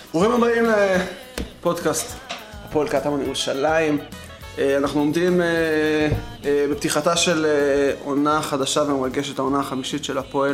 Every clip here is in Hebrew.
ברוכים הבאים לפודקאסט הפועל קטמון ירושלים. אנחנו עומדים בפתיחתה של עונה חדשה ומרגשת, העונה החמישית של הפועל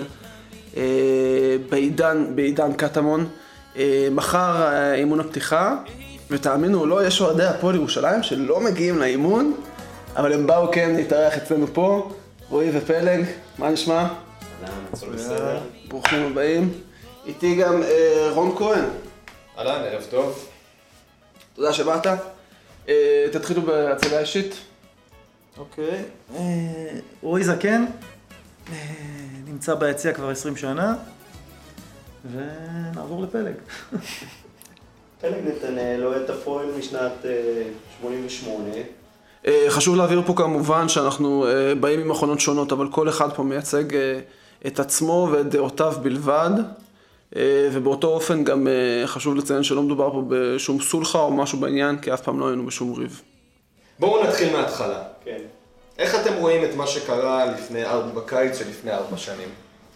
בעידן קטמון. מחר אימון הפתיחה, ותאמינו או לא, יש אוהדי הפועל ירושלים שלא מגיעים לאימון, אבל הם באו כן להתארח אצלנו פה. רועי ופלג, מה נשמע? הכל בסדר. ברוכים הבאים. איתי גם רון כהן. אהלן, ערב טוב. תודה שבאת. תתחילו בהצגה אישית. אוקיי. רועי זקן, נמצא ביציע כבר 20 שנה, ונעבור לפלג. פלג נתנאל, אוהד הפועל משנת 88. חשוב להעביר פה כמובן שאנחנו באים עם מכונות שונות, אבל כל אחד פה מייצג את עצמו ואת דעותיו בלבד, ובאותו אופן גם חשוב לציין שלא מדובר פה בשום סולחה או משהו בעניין, כי אף פעם לא היינו בשום ריב. בואו נתחיל מההתחלה. כן. איך אתם רואים את מה שקרה בקיץ שלפני 4 שנים?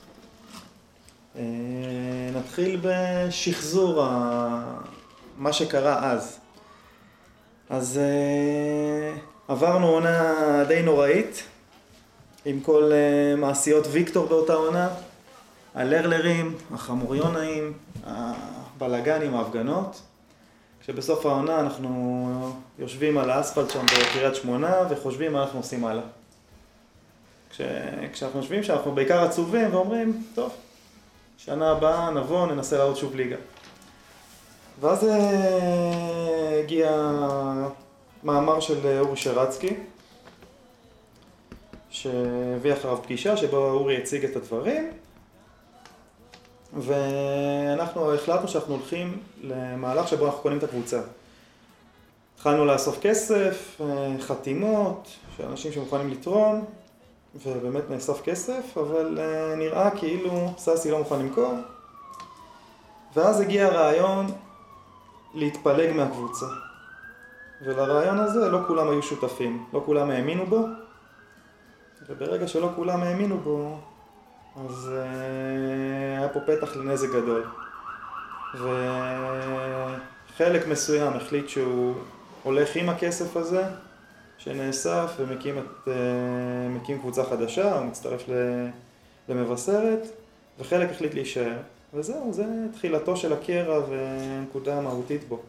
נתחיל בשחזור מה שקרה אז. אז עברנו עונה די נוראית, עם כל מעשיות ויקטור באותה עונה, הלרלרים, החמוריונאים, הבלגנים, ההפגנות. כשבסוף העונה אנחנו יושבים על האספלט שם בקריית שמונה וחושבים מה אנחנו עושים הלאה. כשאנחנו יושבים שאנחנו בעיקר עצובים ואומרים, טוב, שנה הבאה נבוא, ננסה לעוד שוב ליגה. ואז הגיע מאמר של אורי שרצקי, שהביא אחריו פגישה שבו אורי הציג את הדברים, ואנחנו החלטנו שאנחנו הולכים למהלך שבו אנחנו קונים את הקבוצה. התחלנו לאסוף כסף, חתימות, של אנשים שמוכנים לתרום, ובאמת נאסף כסף, אבל נראה כאילו ססי לא מוכן למכור. ואז הגיע הרעיון להתפלג מהקבוצה. ולרעיון הזה לא כולם היו שותפים, לא כולם האמינו בו, וברגע שלא כולם האמינו בו, אז היה פה פתח לנזק גדול. וחלק מסוים החליט שהוא הולך עם הכסף הזה, שנאסף ומקים קבוצה חדשה, הוא מצטרף למבשרת, וחלק החליט להישאר. וזהו, זה תחילתו של הקרע ונקודה המהותית בו.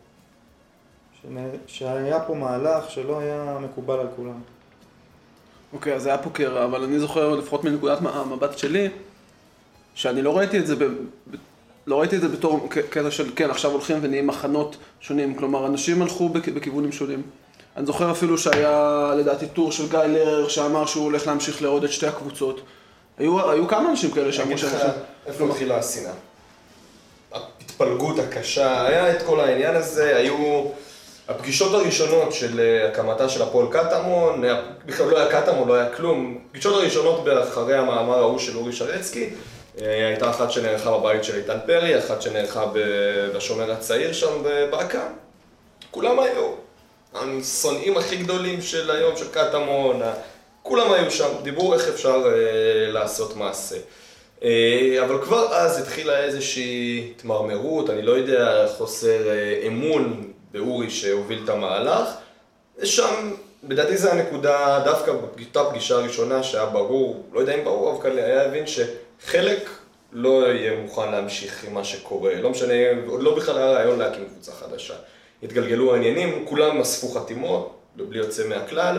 שהיה פה מהלך שלא היה מקובל על כולם. אוקיי, אז היה פה קרע, אבל אני זוכר לפחות מנקודת המבט שלי, שאני לא ראיתי את זה בתור קטע של כן, עכשיו הולכים ונהיים מחנות שונים, כלומר אנשים הלכו בכיוונים שונים. אני זוכר אפילו שהיה לדעתי טור של גיא לרר שאמר שהוא הולך להמשיך לעוד את שתי הקבוצות. היו כמה אנשים כאלה שאמרו איפה התחילה השנאה? ההתפלגות הקשה, היה את כל העניין הזה, היו הפגישות הראשונות של הקמתה של הפועל קטמון, בכלל לא היה קטמון, לא היה כלום. הפגישות הראשונות אחרי המאמר ההוא של אורי שרצקי, הייתה אחת שנערכה בבית של איתן פרי, אחת שנערכה בשומר הצעיר שם בבאקה. כולם היו השונאים הכי גדולים של היום של קטמון, כולם היו שם, דיברו איך אפשר לעשות מעשה. אבל כבר אז התחילה איזושהי התמרמרות, אני לא יודע, חוסר אמון באורי שהוביל את המהלך. ושם, בדעתי זה הנקודה, דווקא בפגישה הראשונה שהיה ברור, לא יודע אם ברור, אבל היה הבין שחלק לא יהיה מוכן להמשיך עם מה שקורה. לא משנה, עוד לא בכלל היה רעיון להקים קבוצה חדשה. התגלגלו העניינים, כולם אספו חתימות, בלי יוצא מהכלל.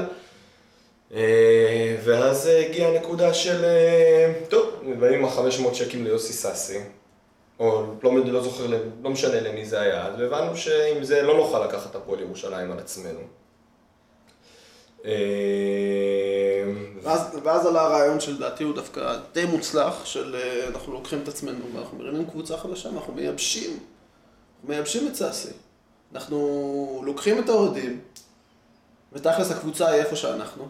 ואז הגיעה הנקודה של, טוב, באים 500 שקלים ליוסי ססי, או לא זוכר, לא משנה למי זה היה, והבנו שעם זה לא נוכל לקחת הפועל ירושלים על עצמנו. ואז עלה הרעיון של דעתי הוא דווקא די מוצלח, של אנחנו לוקחים את עצמנו ואנחנו מרימים קבוצה חדשה, אנחנו מייבשים את ססי. אנחנו לוקחים את האוהדים, ותכלס הקבוצה היא איפה שאנחנו.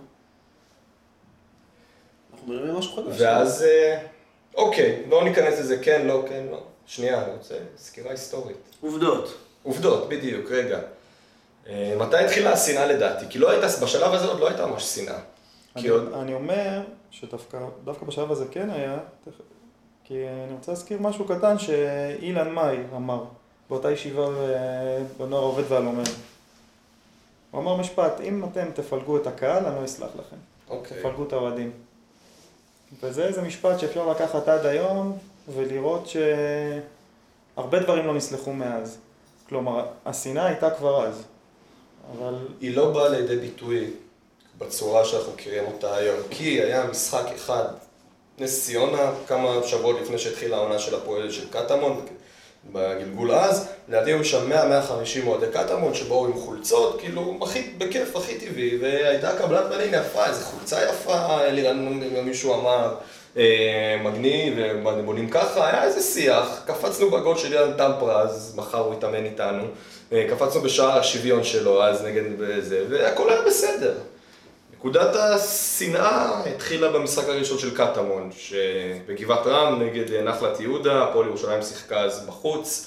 אנחנו מרימים משהו חדש. ואז, אוקיי, לא ניכנס לזה, כן, לא, כן, לא. שנייה, אני רוצה סקירה היסטורית. עובדות, בדיוק, רגע. מתי התחילה השנאה לדעתי? כי לא הייתה, בשלב הזה עוד לא הייתה ממש שנאה. אני אומר שדווקא בשלב הזה כן היה, כי אני רוצה להזכיר משהו קטן שאילן מאי אמר באותה ישיבה בנוער העובד והלומד. הוא אמר משפט, אם אתם תפלגו את הקהל, אני לא אסלח לכם. אוקיי. תפלגו את האוהדים. וזה איזה משפט שאפשר לקחת עד היום, ולראות שהרבה דברים לא נסלחו מאז. כלומר, השנאה הייתה כבר אז. אבל... היא לא באה לידי ביטוי בצורה שאנחנו מכירים אותה היום, כי היה משחק אחד, נס ציונה, כמה שבועות לפני שהתחילה העונה של הפועל של קטמון, בגלגול אז, לידי היו שם 100-150 אוהדי קטמון שבאו עם חולצות, כאילו, הכי בכיף, הכי טבעי, והייתה קבלת פנים יפה, איזו חולצה יפה, מישהו אמר, מגניב, ובונים ככה, היה איזה שיח, קפצנו בגול של ילד טמפרה, אז מחר הוא התאמן איתנו, קפצנו בשער השוויון שלו, אז נגד זה, והכל היה בסדר. נקודת השנאה התחילה במשחק הראשון של קטמון, שבגבעת רם נגד נחלת יהודה, הפועל ירושלים שיחקה אז בחוץ.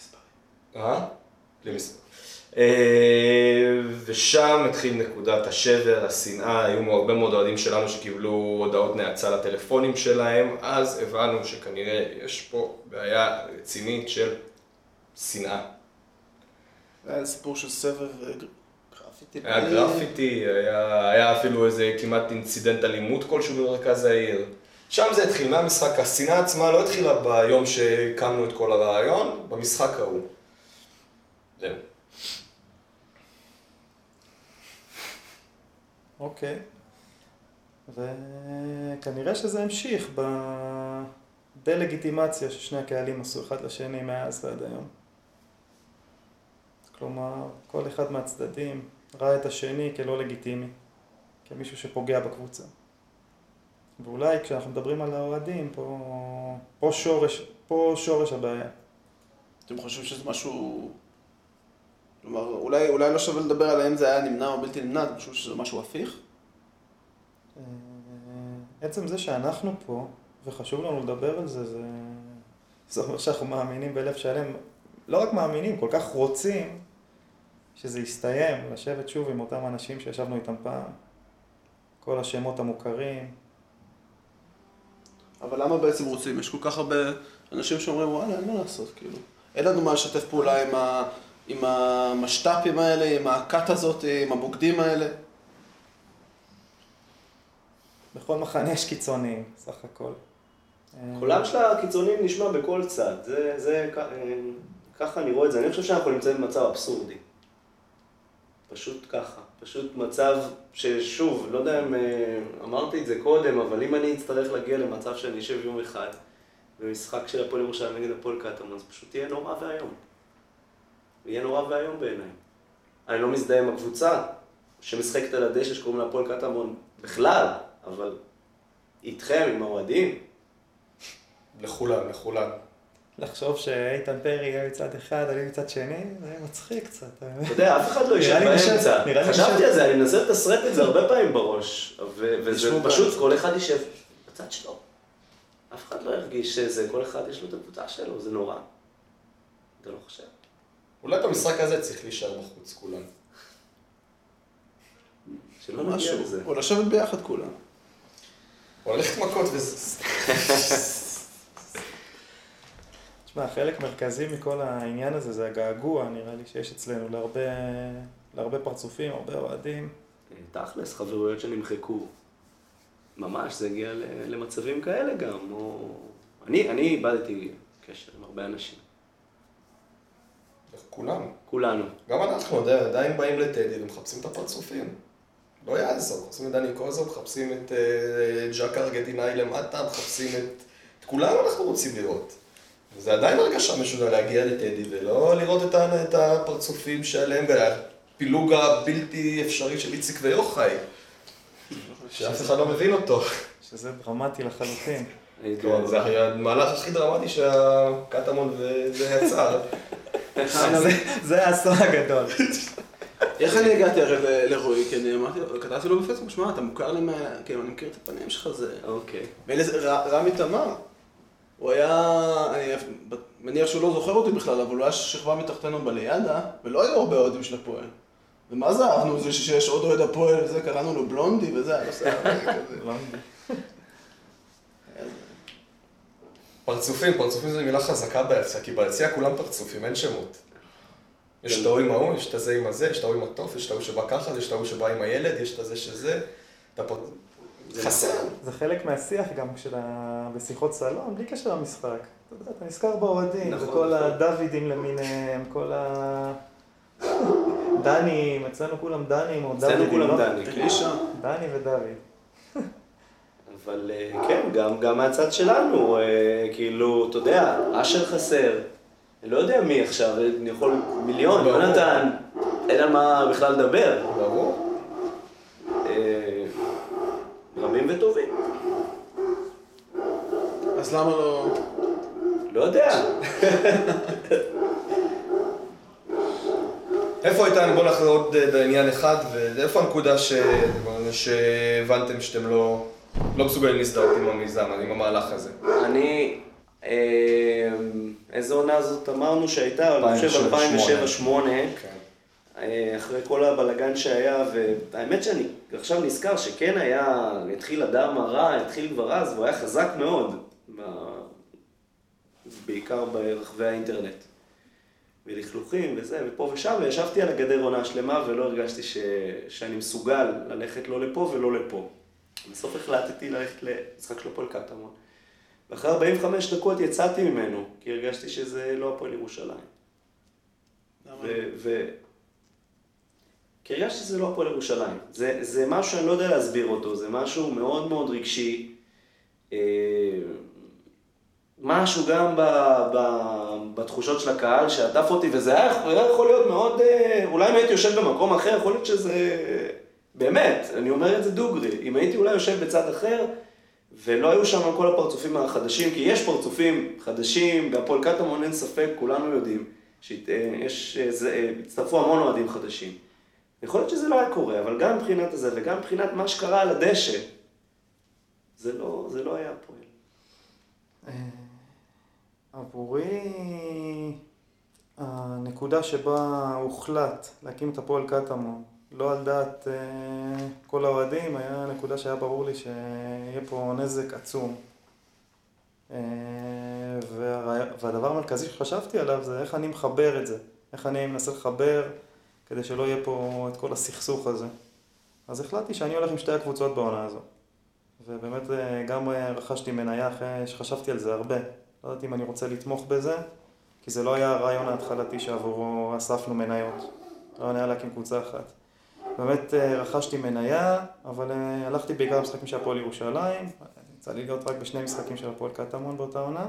בלי מספר. ושם התחיל נקודת השבר, השנאה, היו הרבה מאוד אוהדים שלנו שקיבלו הודעות נאצה לטלפונים שלהם, אז הבנו שכנראה יש פה בעיה רצינית של שנאה. היה סיפור של סבב גרפיטי. היה גרפיטי, היה אפילו איזה כמעט אינצידנט אלימות כלשהו במרכז העיר. שם זה התחיל, מהמשחק, השנאה עצמה לא התחילה ביום שקמנו את כל הרעיון, במשחק ההוא. זהו. אוקיי. וכנראה שזה המשיך בדה-לגיטימציה ששני הקהלים עשו אחד לשני מאז ועד היום. כלומר, כל אחד מהצדדים ראה את השני כלא לגיטימי, כמישהו שפוגע בקבוצה. ואולי כשאנחנו מדברים על האוהדים, פה שורש הבעיה. אתם חושבים שזה משהו... כלומר, אולי לא שווה לדבר על האם זה היה נמנע או בלתי נמנע, אתם חושבים שזה משהו הפיך? עצם זה שאנחנו פה, וחשוב לנו לדבר על זה, זה אומר שאנחנו מאמינים בלב שלם, לא רק מאמינים, כל כך רוצים שזה יסתיים, לשבת שוב עם אותם אנשים שישבנו איתם פעם, כל השמות המוכרים. אבל למה בעצם רוצים? יש כל כך הרבה אנשים שאומרים, וואלה, אין מה לעשות, כאילו. אין לנו מה לשתף פעולה עם המשטפים האלה, עם הקאט הזאת, עם הבוגדים האלה. בכל מחנה יש קיצוניים, סך הכל. קולם של הקיצונים נשמע בכל צד, ככה אני רואה את זה. אני חושב שאנחנו נמצאים במצב אבסורדי. פשוט ככה. פשוט מצב ששוב, לא יודע אם אמרתי את זה קודם, אבל אם אני אצטרך להגיע למצב שאני אשב יום אחד במשחק של הפועל ירושלים נגד הפועל קטמון, אז פשוט יהיה נורא והיום. יהיה נורא והיום בעיניי. אני לא מזדהה עם הקבוצה שמשחקת על הדשא שקוראים לה הפועל קטמון בכלל, אבל איתכם, עם האוהדים. לכולם. לחשוב שאיתן פרי יהיה מצד אחד, אני מצד שני, זה מצחיק קצת. אתה יודע, אף אחד לא יישב באמצע. חשבתי על זה, אני מנסה לתסרט את זה הרבה פעמים בראש, וזה פשוט כל אחד יישב בצד שלו. אף אחד לא ירגיש שזה, כל אחד יש לו את הקבוצה שלו, זה נורא. אתה לא חושב? אולי במשחק הזה צריך להישאר בחוץ כולם. שלא נגיע לזה. או לשבת ביחד כולם. או ללכת מכות וזה... תשמע, חלק מרכזי מכל העניין הזה זה הגעגוע, נראה לי שיש אצלנו להרבה פרצופים, הרבה אוהדים. תכלס, חברויות שנמחקו. ממש, זה הגיע למצבים כאלה גם. אני איבדתי קשר עם הרבה אנשים. כולנו. גם אנחנו עדיין באים לטדי ומחפשים את הפרצופים. לא יעזור, מחפשים את דני קוזו, מחפשים את ג'אק ארגנטינאי למטה, מחפשים את כולם אנחנו רוצים לראות. וזה עדיין הרגשה משונה להגיע לטדי ולא לראות את הפרצופים שעליהם והפילוג הבלתי אפשרי של איציק ויוחאי. שאף אחד לא מבין אותו. שזה דרמטי לחלוטין. זה המהלך הכי דרמטי שהקטמון וזה יצר. זה האסון הגדול. איך אני הגעתי הרי לרועי? כי אני אמרתי, כתבתי לו בפייסבוק, שמע, אתה מוכר לי כאילו, אני מכיר את הפנים שלך, זה... אוקיי. רמי תמר. הוא היה, אני מניח שהוא לא זוכר אותי בכלל, אבל הוא היה שכבה מתחתנו בלידה, ולא היו הרבה אוהדים של הפועל. ומה זה אהבנו? זה שיש עוד אוהד הפועל וזה, קראנו לו בלונדי וזה, היה לא סער כזה. בלונדי. פרצופים זה מילה חזקה ביציע, כי ביציע כולם פרצופים, אין שמות. יש את ההוא עם ההוא, יש את הזה עם הזה, יש את ההוא עם התוף, יש את ההוא שבא ככה, יש את ההוא שבא עם הילד, יש את הזה שזה, חסר. זה חלק מהשיח גם בשיחות סלון, בלי קשר למשחק. אתה יודע, אתה נזכר באוהדים, וכל הדוידים למיניהם, כל דנים, אצלנו כולם דנים או דוידים. אצלנו כולם דני. דני ודוד. אבל כן, גם מהצד שלנו, כאילו, אתה יודע, אשר חסר, אני לא יודע מי עכשיו, אני יכול מיליון, יונתן, אין על מה בכלל לדבר. ברור. רבים וטובים. אז למה לא... לא יודע. איפה הייתה, בוא נחזור עוד בעניין אחד, ואיפה הנקודה שהבנתם שאתם לא מסוגלים להזדהות עם המיזם, עם המהלך הזה? אני, איזו עונה הזאת אמרנו שהייתה, אני חושב 2007-2008, אחרי כל הבלגן שהיה, והאמת שאני עכשיו נזכר שכן היה, התחיל אדם הרע, התחיל כבר אז, והוא היה חזק מאוד, בעיקר ברחבי האינטרנט. ולכלוכים וזה, ופה ושם, וישבתי על הגדר עונה שלמה ולא הרגשתי שאני מסוגל ללכת לא לפה ולא לפה. בסוף החלטתי ללכת למשחק של הפועל קטמון. ואחרי 45 דקות יצאתי ממנו, כי הרגשתי שזה לא הפועל ירושלים. כי הרגשתי שזה לא הפועל ירושלים. זה משהו שאני לא יודע להסביר אותו, זה משהו מאוד מאוד רגשי. משהו גם בתחושות של הקהל שעטף אותי, וזה היה יכול להיות מאוד, אולי אם הייתי יושב במקום אחר, יכול להיות שזה, באמת, אני אומר את זה דוגרי, אם הייתי אולי יושב בצד אחר, ולא היו שם כל הפרצופים החדשים, כי יש פרצופים חדשים, בהפועל קטמון אין ספק, כולנו יודעים, הצטרפו המון אוהדים חדשים. יכול להיות שזה לא היה קורה, אבל גם מבחינת הזה, וגם מבחינת מה שקרה על הדשא, זה לא היה הפועל. עבורי, הנקודה שבה הוחלט להקים את הפועל קטמון, לא על דעת כל האוהדים, היה נקודה שהיה ברור לי שיהיה פה נזק עצום. והדבר המרכזי שחשבתי עליו זה איך אני מחבר את זה, איך אני מנסה לחבר כדי שלא יהיה פה את כל הסכסוך הזה. אז החלטתי שאני הולך עם שתי הקבוצות בעונה הזו. ובאמת גם רכשתי מניה אחרי שחשבתי על זה הרבה. לא יודעת אם אני רוצה לתמוך בזה, כי זה לא היה הרעיון ההתחלתי שעבורו אספנו מניות. הרעיון היה להקים קבוצה אחת. באמת רכשתי מניה, אבל הלכתי בעיקר למשחקים של הפועל ירושלים. יצא לי להיות רק בשני משחקים של הפועל קטמון באותה עונה.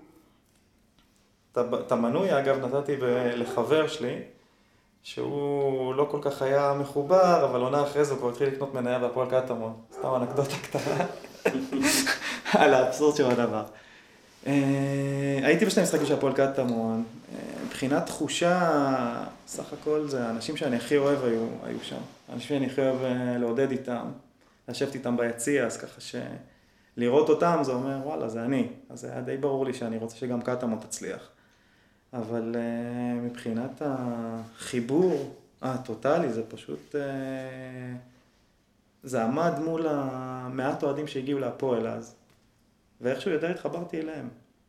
את המנוי, אגב, נתתי לחבר שלי, שהוא לא כל כך היה מחובר, אבל עונה אחרי זה הוא כבר התחיל לקנות מניה בהפועל קטמון. סתם אנקדוטה קטנה על האבסורד של הדבר. הייתי בשני משחקים של הפועל קטמון. מבחינת תחושה, סך הכל זה האנשים שאני הכי אוהב היו שם. האנשים שאני הכי אוהב לעודד איתם, לשבת איתם ביציע, אז ככה שלראות אותם זה אומר, וואלה, זה אני. אז זה היה די ברור לי שאני רוצה שגם קטמון תצליח. אבל מבחינת החיבור הטוטלי, זה פשוט, זה עמד מול המעט אוהדים שהגיעו להפועל אז. ואיכשהו יותר התחברתי אליהם.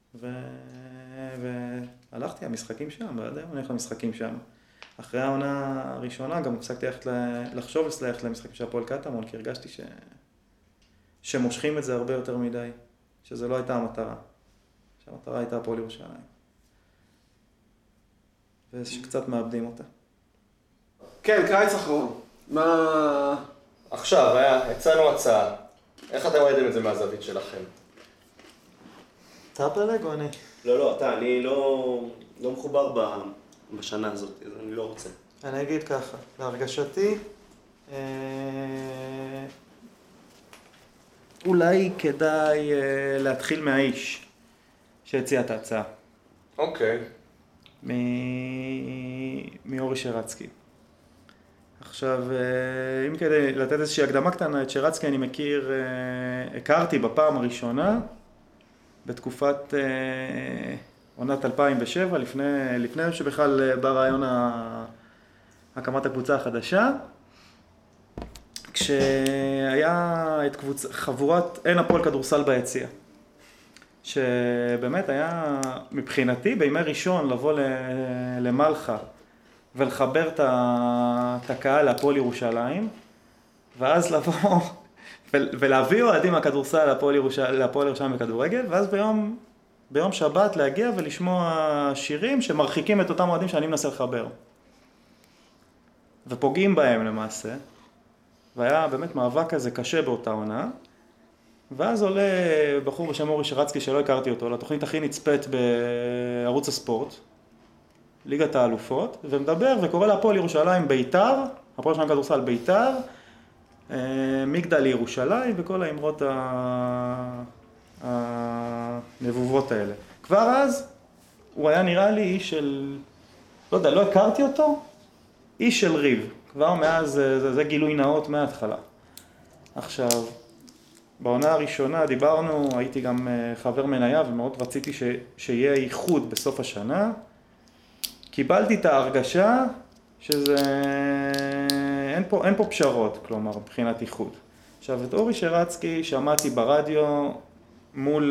והלכתי המשחקים שם, ועד היום אני הולך למשחקים שם. אחרי העונה הראשונה גם הפסקתי לחשוב ללכת למשחקים של הפועל קטמון, כי הרגשתי שמושכים את זה הרבה יותר מדי, שזה לא הייתה המטרה. שהמטרה הייתה הפועל ירושלים. ושקצת מאבדים אותה. כן, קיץ אחרון. מה... עכשיו, הצענו הצעה. איך אתם ראיתם את זה מהזווית שלכם? אתה פלג או אני? לא, אני לא מחובר בשנה הזאת, אז אני לא רוצה. אני אגיד ככה, להרגשתי, אולי כדאי להתחיל מהאיש שהציע את ההצעה. אוקיי. מאורי שרצקי. עכשיו, אם כדי לתת איזושהי הקדמה קטנה, את שרצקי אני מכיר, הכרתי בפעם הראשונה, בתקופת עונת 2007, לפני שבכלל בא רעיון הקמת הקבוצה החדשה, כשהיה את חבורת אין הפועל כדורסל ביציע, שבאמת היה מבחינתי בימי ראשון לבוא למלחה ולחבר את הקהל להפועל ירושלים, ואז לבוא ולהביא אוהדים מהכדורסל להפועל ירושלים בכדורגל, ואז ביום שבת להגיע ולשמוע שירים שמרחיקים את אותם אוהדים שאני מנסה לחבר. ופוגעים בהם למעשה, והיה באמת מאבק כזה קשה באותה עונה, ואז עולה בחור בשם אורי שרצקי שלא הכרתי אותו, לתוכנית הכי נצפית בערוץ הספורט, ליגת האלופות, ומדבר וקורא להפועל ירושלים ביתר, הפועל ירושלים כדורסל ביתר, מגדל ירושלים וכל האמרות הנבובות האלה. כבר אז הוא היה נראה לי איש של, לא יודע, לא הכרתי אותו, איש של ריב. כבר מאז זה גילוי נאות מההתחלה. עכשיו, בעונה הראשונה דיברנו, הייתי גם חבר מניה ומאוד רציתי שיהיה איחוד בסוף השנה. קיבלתי את ההרגשה שזה, אין פה פשרות, כלומר, מבחינת איחוד. עכשיו, את אורי שרצקי שמעתי ברדיו מול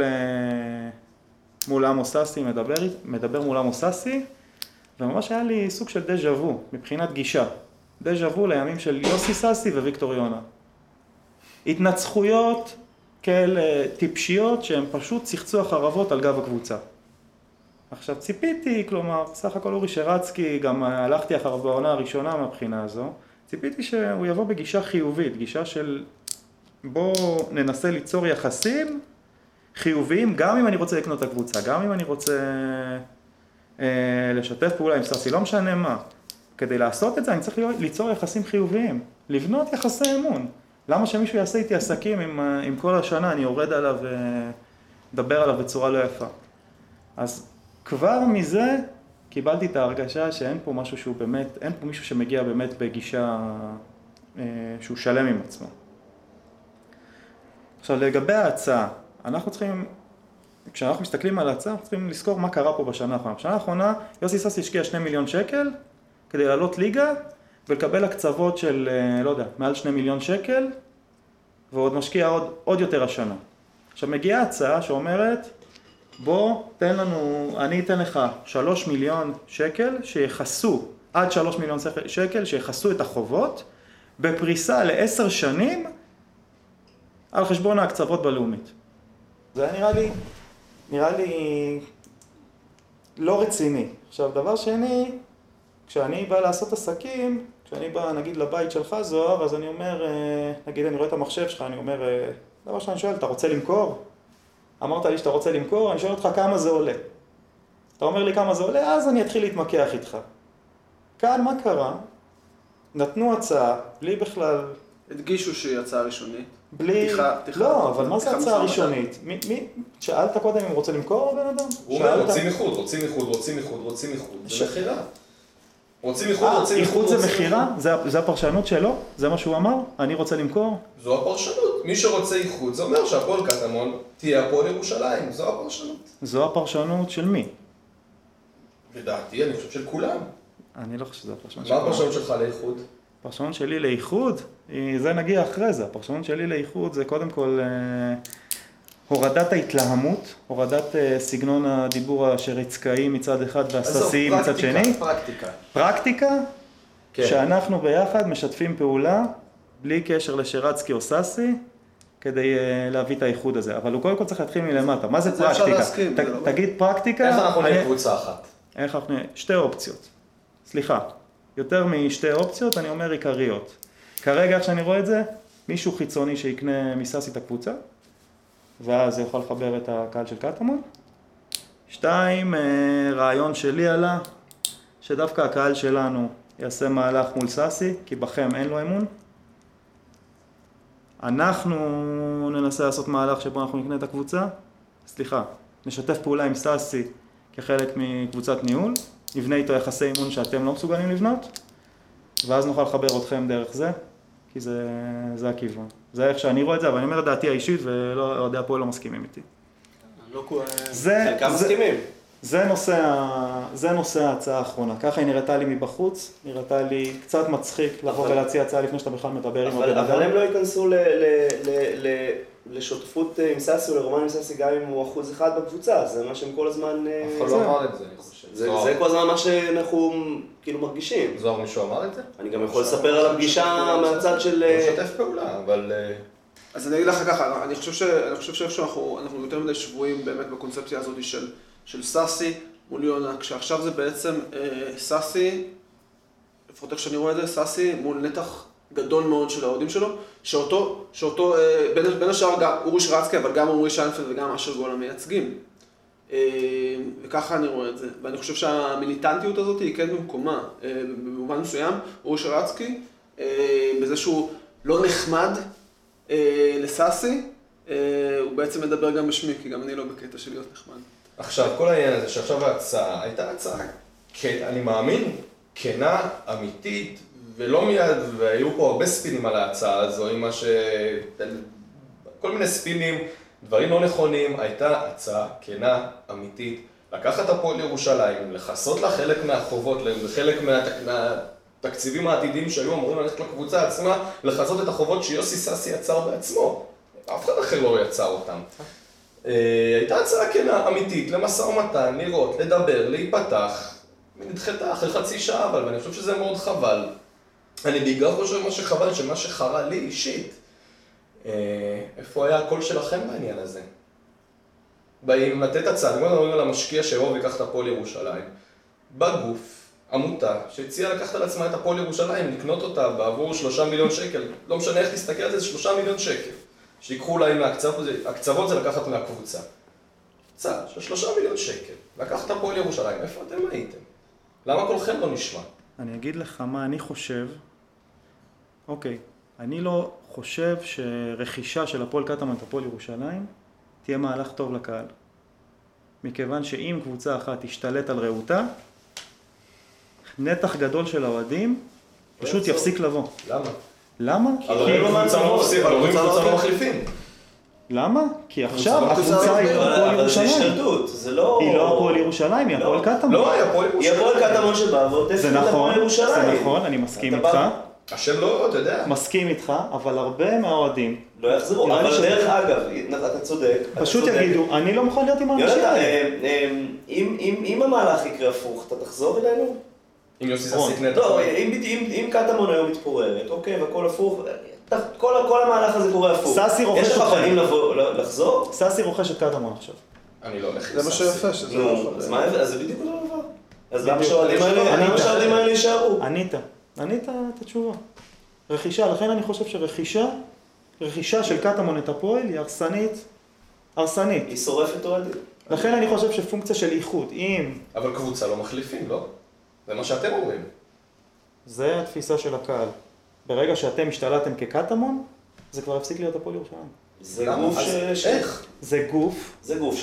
עמוס ססי, מדבר מול עמוס ססי, וממש היה לי סוג של דז'ה וו, מבחינת גישה. דז'ה וו לימים של יוסי ססי וויקטור יונה. התנצחויות כאלה טיפשיות שהן פשוט צחצוח חרבות על גב הקבוצה. עכשיו ציפיתי, כלומר, סך הכל אורי שרצקי, גם הלכתי אחריו בעונה הראשונה מהבחינה הזו, ציפיתי שהוא יבוא בגישה חיובית, גישה של בוא ננסה ליצור יחסים חיוביים, גם אם אני רוצה לקנות את הקבוצה, גם אם אני רוצה לשתף פעולה עם ססי, לא משנה מה. כדי לעשות את זה אני צריך ליצור יחסים חיוביים, לבנות יחסי אמון. למה שמישהו יעשה איתי עסקים עם כל השנה, אני יורד עליו ודבר עליו בצורה לא יפה. אז כבר מזה קיבלתי את ההרגשה שאין פה משהו שהוא באמת, אין פה מישהו שמגיע באמת בגישה שהוא שלם עם עצמו. עכשיו לגבי ההצעה, אנחנו צריכים, כשאנחנו מסתכלים על ההצעה, אנחנו צריכים לזכור מה קרה פה בשנה האחרונה. בשנה האחרונה יוסי ססי השקיע 2 מיליון שקל כדי לעלות ליגה ולקבל הקצוות של, לא יודע, מעל 2 מיליון שקל, ועוד משקיע עוד יותר השנה. עכשיו מגיעה הצעה שאומרת, בוא תן לנו, אני אתן לך 3 מיליון שקל שיחסו, עד 3 מיליון שקל שיחסו את החובות, בפריסה ל10 שנים על חשבון ההקצוות בלאומית. זה היה נראה לי לא רציני. עכשיו דבר שני, כשאני בא לעשות עסקים, כשאני בא נגיד לבית שלך זוהר, אז אני אומר, נגיד אני רואה את המחשב שלך, אני אומר, דבר שאני שואל, אתה רוצה למכור? אמרת לי שאתה רוצה למכור, אני שואל אותך כמה זה עולה. אתה אומר לי כמה זה עולה, אז אני אתחיל להתמקח איתך. כאן מה קרה? נתנו הצעה, בלי בכלל... הדגישו שהיא הצעה ראשונית. בלי... לא, אבל מה זה הצעה ראשונית? שאלת קודם אם רוצה למכור או בן אדם? הוא אומר, רוצים איחוד. זה מחירה. רוצים איחוד. איחוד זה מחירה? זה הפרשנות שלו? זה מה שהוא אמר? אני רוצה למכור? זו הפרשנות. מי שרוצה איחוד, זה אומר שהפועל קטמון תהיה הפועל ירושלים. זו הפרשנות. זו הפרשנות של מי? לדעתי, אני חושב של כולם. אני לא חושב שזה הפרשנות מה הפרשנות שלך לאיחוד? הפרשנות שלי לאיחוד, זה נגיע אחרי זה. הפרשנות שלי לאיחוד זה קודם כל הורדת ההתלהמות, הורדת סגנון הדיבור השרצקאי מצד אחד והססי מצד שני. פרקטיקה? כן. שאנחנו ביחד משתפים פעולה בלי קשר לשרצקי או ססי כדי להביא את האיחוד הזה. אבל הוא קודם כל צריך להתחיל מלמטה. מה זה פרקטיקה? תגיד פרקטיקה. איך אנחנו נהיה קבוצה אחת? איך אנחנו נהיה? 2 אופציות. סליחה. יותר מ2 אופציות, אני אומר עיקריות. כרגע, איך שאני רואה את זה, מישהו חיצוני שיקנה מססי את הקבוצה, ואז יכול לחבר את הקהל של קטמון. 2, רעיון שלי עלה, שדווקא הקהל שלנו יעשה מהלך מול ססי, כי בכם אין לו אמון. אנחנו ננסה לעשות מהלך שבו אנחנו נקנה את הקבוצה. סליחה, נשתף פעולה עם ססי כחלק מקבוצת ניהול. נבנה איתו יחסי אימון שאתם לא מסוגלים לבנות, ואז נוכל לחבר אתכם דרך זה, כי זה הכיוון. זה איך שאני רואה את זה, אבל אני אומר את דעתי האישית, ולא יודע פה לא מסכימים איתי. חלקם מסכימים. זה נושא ההצעה האחרונה. ככה היא נראתה לי מבחוץ, נראתה לי קצת מצחיק לבוא ולהציע הצעה לפני שאתה בכלל מדבר עם הבן אדם. אבל הם לא ייכנסו לשותפות עם סאסי או לרומן עם סאסי גם אם הוא 1% בקבוצה, זה מה שהם כל הזמן... אף אחד לא אמר את זה, אני חושב. זה כל הזמן מה שאנחנו כאילו מרגישים. זוהר מישהו אמר את זה? אני גם יכול לספר על הפגישה מהצד של... לא משתף פעולה, אבל... אז אני אגיד לך ככה, אני חושב שאנחנו יותר מדי שבויים באמת בקונספציה הזאת של סאסי מול יונה, כשעכשיו זה בעצם סאסי, לפחות איך שאני רואה את זה, סאסי מול נתח גדול מאוד של האוהדים שלו, שאותו בין השאר גם אורי שרצקי, אבל גם אורי שיינפלד וגם אשר גולה מייצגים. וככה אני רואה את זה, ואני חושב שהמיליטנטיות הזאת היא כן במקומה, במובן מסוים, אורי שרצקי, בזה שהוא לא נחמד לסאסי, הוא בעצם מדבר גם בשמי, כי גם אני לא בקטע של להיות נחמד. עכשיו, כל העניין הזה שעכשיו ההצעה, הייתה הצעה, אני מאמין, כנה, אמיתית, ולא מיד, והיו פה הרבה ספינים על ההצעה הזו, עם מה כל מיני ספינים, דברים לא נכונים, הייתה הצעה כנה, אמיתית, לקחת הפועל ירושלים, לחסות לה חלק מהחובות, חלק מהתקציבים העתידיים שהיו אמורים ללכת לקבוצה עצמה, לחסות את החובות שיוסי סאסי יצר בעצמו. אף אחד אחר לא יצר אותם. הייתה הצעה כנה, אמיתית, למשא ומתן, לראות, לדבר, להיפתח. נדחתה אחרי חצי שעה, אבל אני חושב שזה מאוד חבל. אני בעיקר חושב מה שחבל, שמה שחרה לי אישית. איפה היה הקול שלכם בעניין הזה? באים לתת הצעה, כמו מדברים על המשקיע שיבוא ויקח את הפועל ירושלים. בגוף, עמותה, שהציעה לקחת על עצמה את הפועל ירושלים, לקנות אותה בעבור 3 מיליון שקל. לא משנה איך תסתכל על זה, זה 3 מיליון שקל. שיקחו להם הקצוות זה לקחת מהקבוצה. צעד של 3 מיליון שקל, לקחת הפועל ירושלים, איפה אתם הייתם? למה כולכם לא נשמע? אני אגיד לך מה אני חושב. אוקיי, אני לא חושב שרכישה של הפועל קטמון את הפועל ירושלים תהיה מהלך טוב לקהל. מכיוון שאם קבוצה אחת תשתלט על רעותה, נתח גדול של האוהדים פשוט יפסיק לבוא. למה? למה? אבל לא קבוצה לא מפסיק, אבל קבוצה לא מחליפים. למה? כי עכשיו הקבוצה היא הפועל ירושלים. זה השתלטות, זה לא... היא לא הפועל ירושלים, היא הפועל קטמון. לא, היא הפועל ירושלים. היא הפועל קטמון שבא ועוטף את הפועל ירושלים. זה נכון, אני מסכים איתך. השם לא, אתה יודע. מסכים איתך, אבל הרבה מהאוהדים... לא יחזרו, אבל דרך אגב, אתה צודק. פשוט יגידו, אני לא מוכן להיות עם האנשים האלה. אם המהלך יקרה הפוך, אתה תחזור אלינו? אם יוסי סאסי יקנה את לא, אם קטמון היום מתפוררת, אוקיי, והכל הפוך, כל המהלך הזה קורה הפוך. סאסי רוכש יש לך פנים לחזור? סאסי רוכש את קטמון עכשיו. אני לא הולך זה מה שיפה, שזה לא יכול... אז זה בדיוק אותו דבר. אז למה שהאוהדים האלה יישארו? ענית את התשובה. רכישה, לכן אני חושב רכישה של קטמון את הפועל היא הרסנית. היא שורפת אוהדים. לכן אני חושב שפונקציה של איכות, אבל קבוצה לא מחליפים, לא? זה מה שאתם אומרים. זה התפיסה של הקהל. ברגע שאתם השתלטתם כקטמון, זה כבר הפסיק להיות הפועל ירושלים. זה גוף איך? זה גוף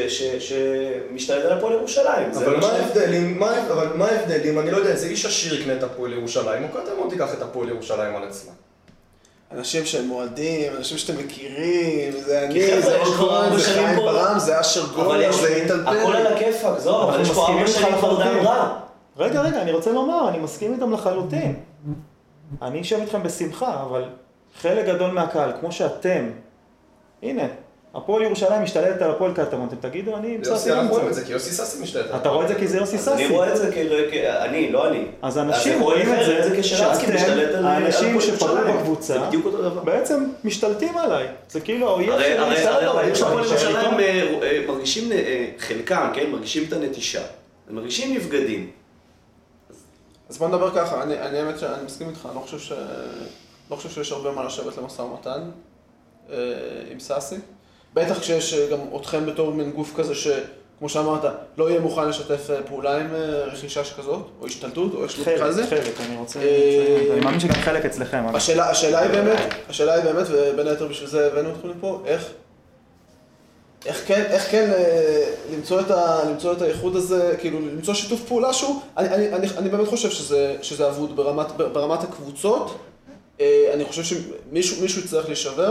שמשתלט על הפועל ירושלים. אבל מה ההבדל אם אני לא יודע, איזה איש עשיר יקנה את הפועל ירושלים, או קטמון תיקח את הפועל ירושלים על עצמה? אנשים שהם מועדים, אנשים שאתם מכירים, זה אני, זה אורקון, זה חיים ברם, זה אשר גולה, זה איתן פרק. הכל על הכיפק, זו, אבל יש פה 4 שנים כבר דם רע. רגע, אני רוצה לומר, אני מסכים איתם לחלוטין. אני אשב איתכם בשמחה, אבל חלק גדול מהקהל, כמו שאתם, הנה, הפועל ירושלים משתלטת על הפועל קטמון, אתם תגידו, אני יוסי, אנחנו רואים את זה, כי יוסי סאסי משתלט. אתה רואה את זה כי זה יוסי סאסי. אני רואה את זה לא אני. אז אנשים רואים את זה שאתם, האנשים שפגעו בקבוצה, זה בדיוק אותו דבר. בעצם משתלטים עליי. זה כאילו, האויב הרי יש הפועל ירושלים מרגישים, חלקם, כן, מרגישים את הנטישה. הם מרגישים נבגדים. אז בוא נדבר ככה, אני האמת שאני מסכים איתך, אני לא חושב שיש הרבה מה לשבת למשא ומתן עם סאסי. בטח כשיש גם אתכם בתור מין גוף כזה שכמו שאמרת, לא יהיה מוכן לשתף פעולה עם רכישה שכזאת, או השתלטות, או יש לך לזה. חלק, אני רוצה... אני מאמין שגם חלק אצלכם. השאלה היא באמת, ובין היתר בשביל זה הבאנו אתכם לפה, איך כן למצוא את האיחוד הזה, כאילו למצוא שיתוף פעולה שהוא, אני באמת חושב שזה אבוד ברמת הקבוצות, אני חושב שמישהו יצטרך להישבר,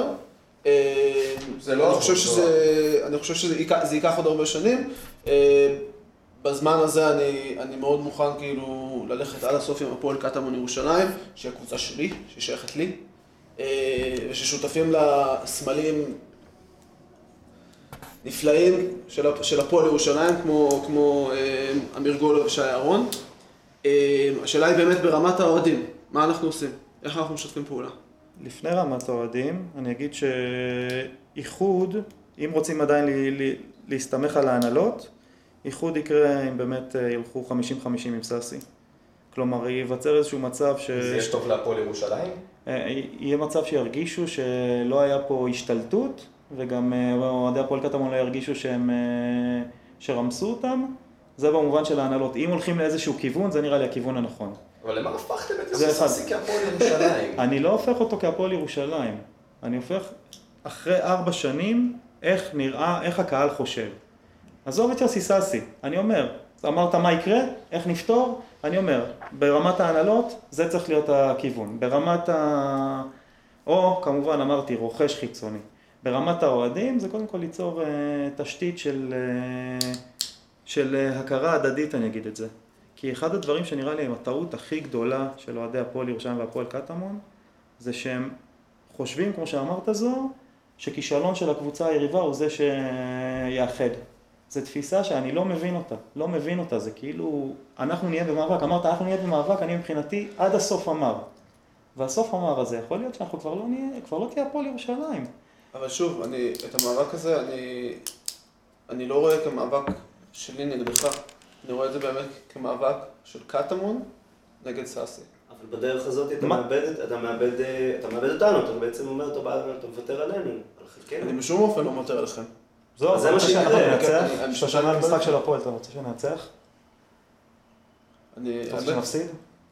אני חושב שזה ייקח עוד הרבה שנים, בזמן הזה אני מאוד מוכן כאילו ללכת עד הסוף עם הפועל קטמון ירושלים, שהיא הקבוצה שלי, ששייכת לי, וששותפים לסמלים נפלאים של הפועל ירושלים, כמו אמיר גול ושי אהרון. השאלה היא באמת ברמת האוהדים, מה אנחנו עושים? איך אנחנו משתפים פעולה? לפני רמת האוהדים, אני אגיד שאיחוד, אם רוצים עדיין להסתמך על ההנהלות, איחוד יקרה אם באמת ילכו 50-50 עם סאסי. כלומר, ייווצר איזשהו מצב זה יש טוב להפועל ירושלים? יהיה מצב שירגישו שלא היה פה השתלטות, וגם אוהדי הפועל קטמון לא ירגישו שרמסו אותם. זה במובן של ההנהלות. אם הולכים לאיזשהו כיוון, זה נראה לי הכיוון הנכון. אבל למה הפכתם את יוסי סאסי כהפועל ירושלים? אני לא הופך אותו כהפועל ירושלים. אני הופך אחרי 4 שנים איך נראה, איך הקהל חושב. עזוב את יוסי סאסי. אני אומר, אמרת מה יקרה, איך נפתור? אני אומר, ברמת ההנהלות זה צריך להיות הכיוון. ברמת או כמובן אמרתי רוכש חיצוני. ברמת האוהדים זה קודם כל ליצור תשתית של הכרה הדדית, אני אגיד את זה. כי אחד הדברים שנראה לי עם הטעות הכי גדולה של אוהדי הפועל ירושלים והפועל קטמון, זה שהם חושבים, כמו שאמרת זו, שכישלון של הקבוצה היריבה הוא זה שיאחד. זו תפיסה שאני לא מבין אותה, לא מבין אותה, זה כאילו, אנחנו נהיה במאבק, אמרת אנחנו נהיה במאבק, אני מבחינתי עד הסוף אמר. והסוף אמר הזה, יכול להיות שאנחנו כבר לא תהיה הפועל ירושלים. אבל שוב, את המאבק הזה, אני לא רואה כמאבק שלי נגדך, אני רואה את זה באמת כמאבק של קטמון נגד סאסי. אבל בדרך הזאת אתה מאבד אותנו, אתה בעצם אומר, אתה מוותר עלינו, על חלקנו. אני בשום אופן לא מוותר עליכם. זו, זה מה שיקרה. ננצח, שושנה המשחק של הפועל, אתה רוצה שננצח? אתה רוצה שנפסיד?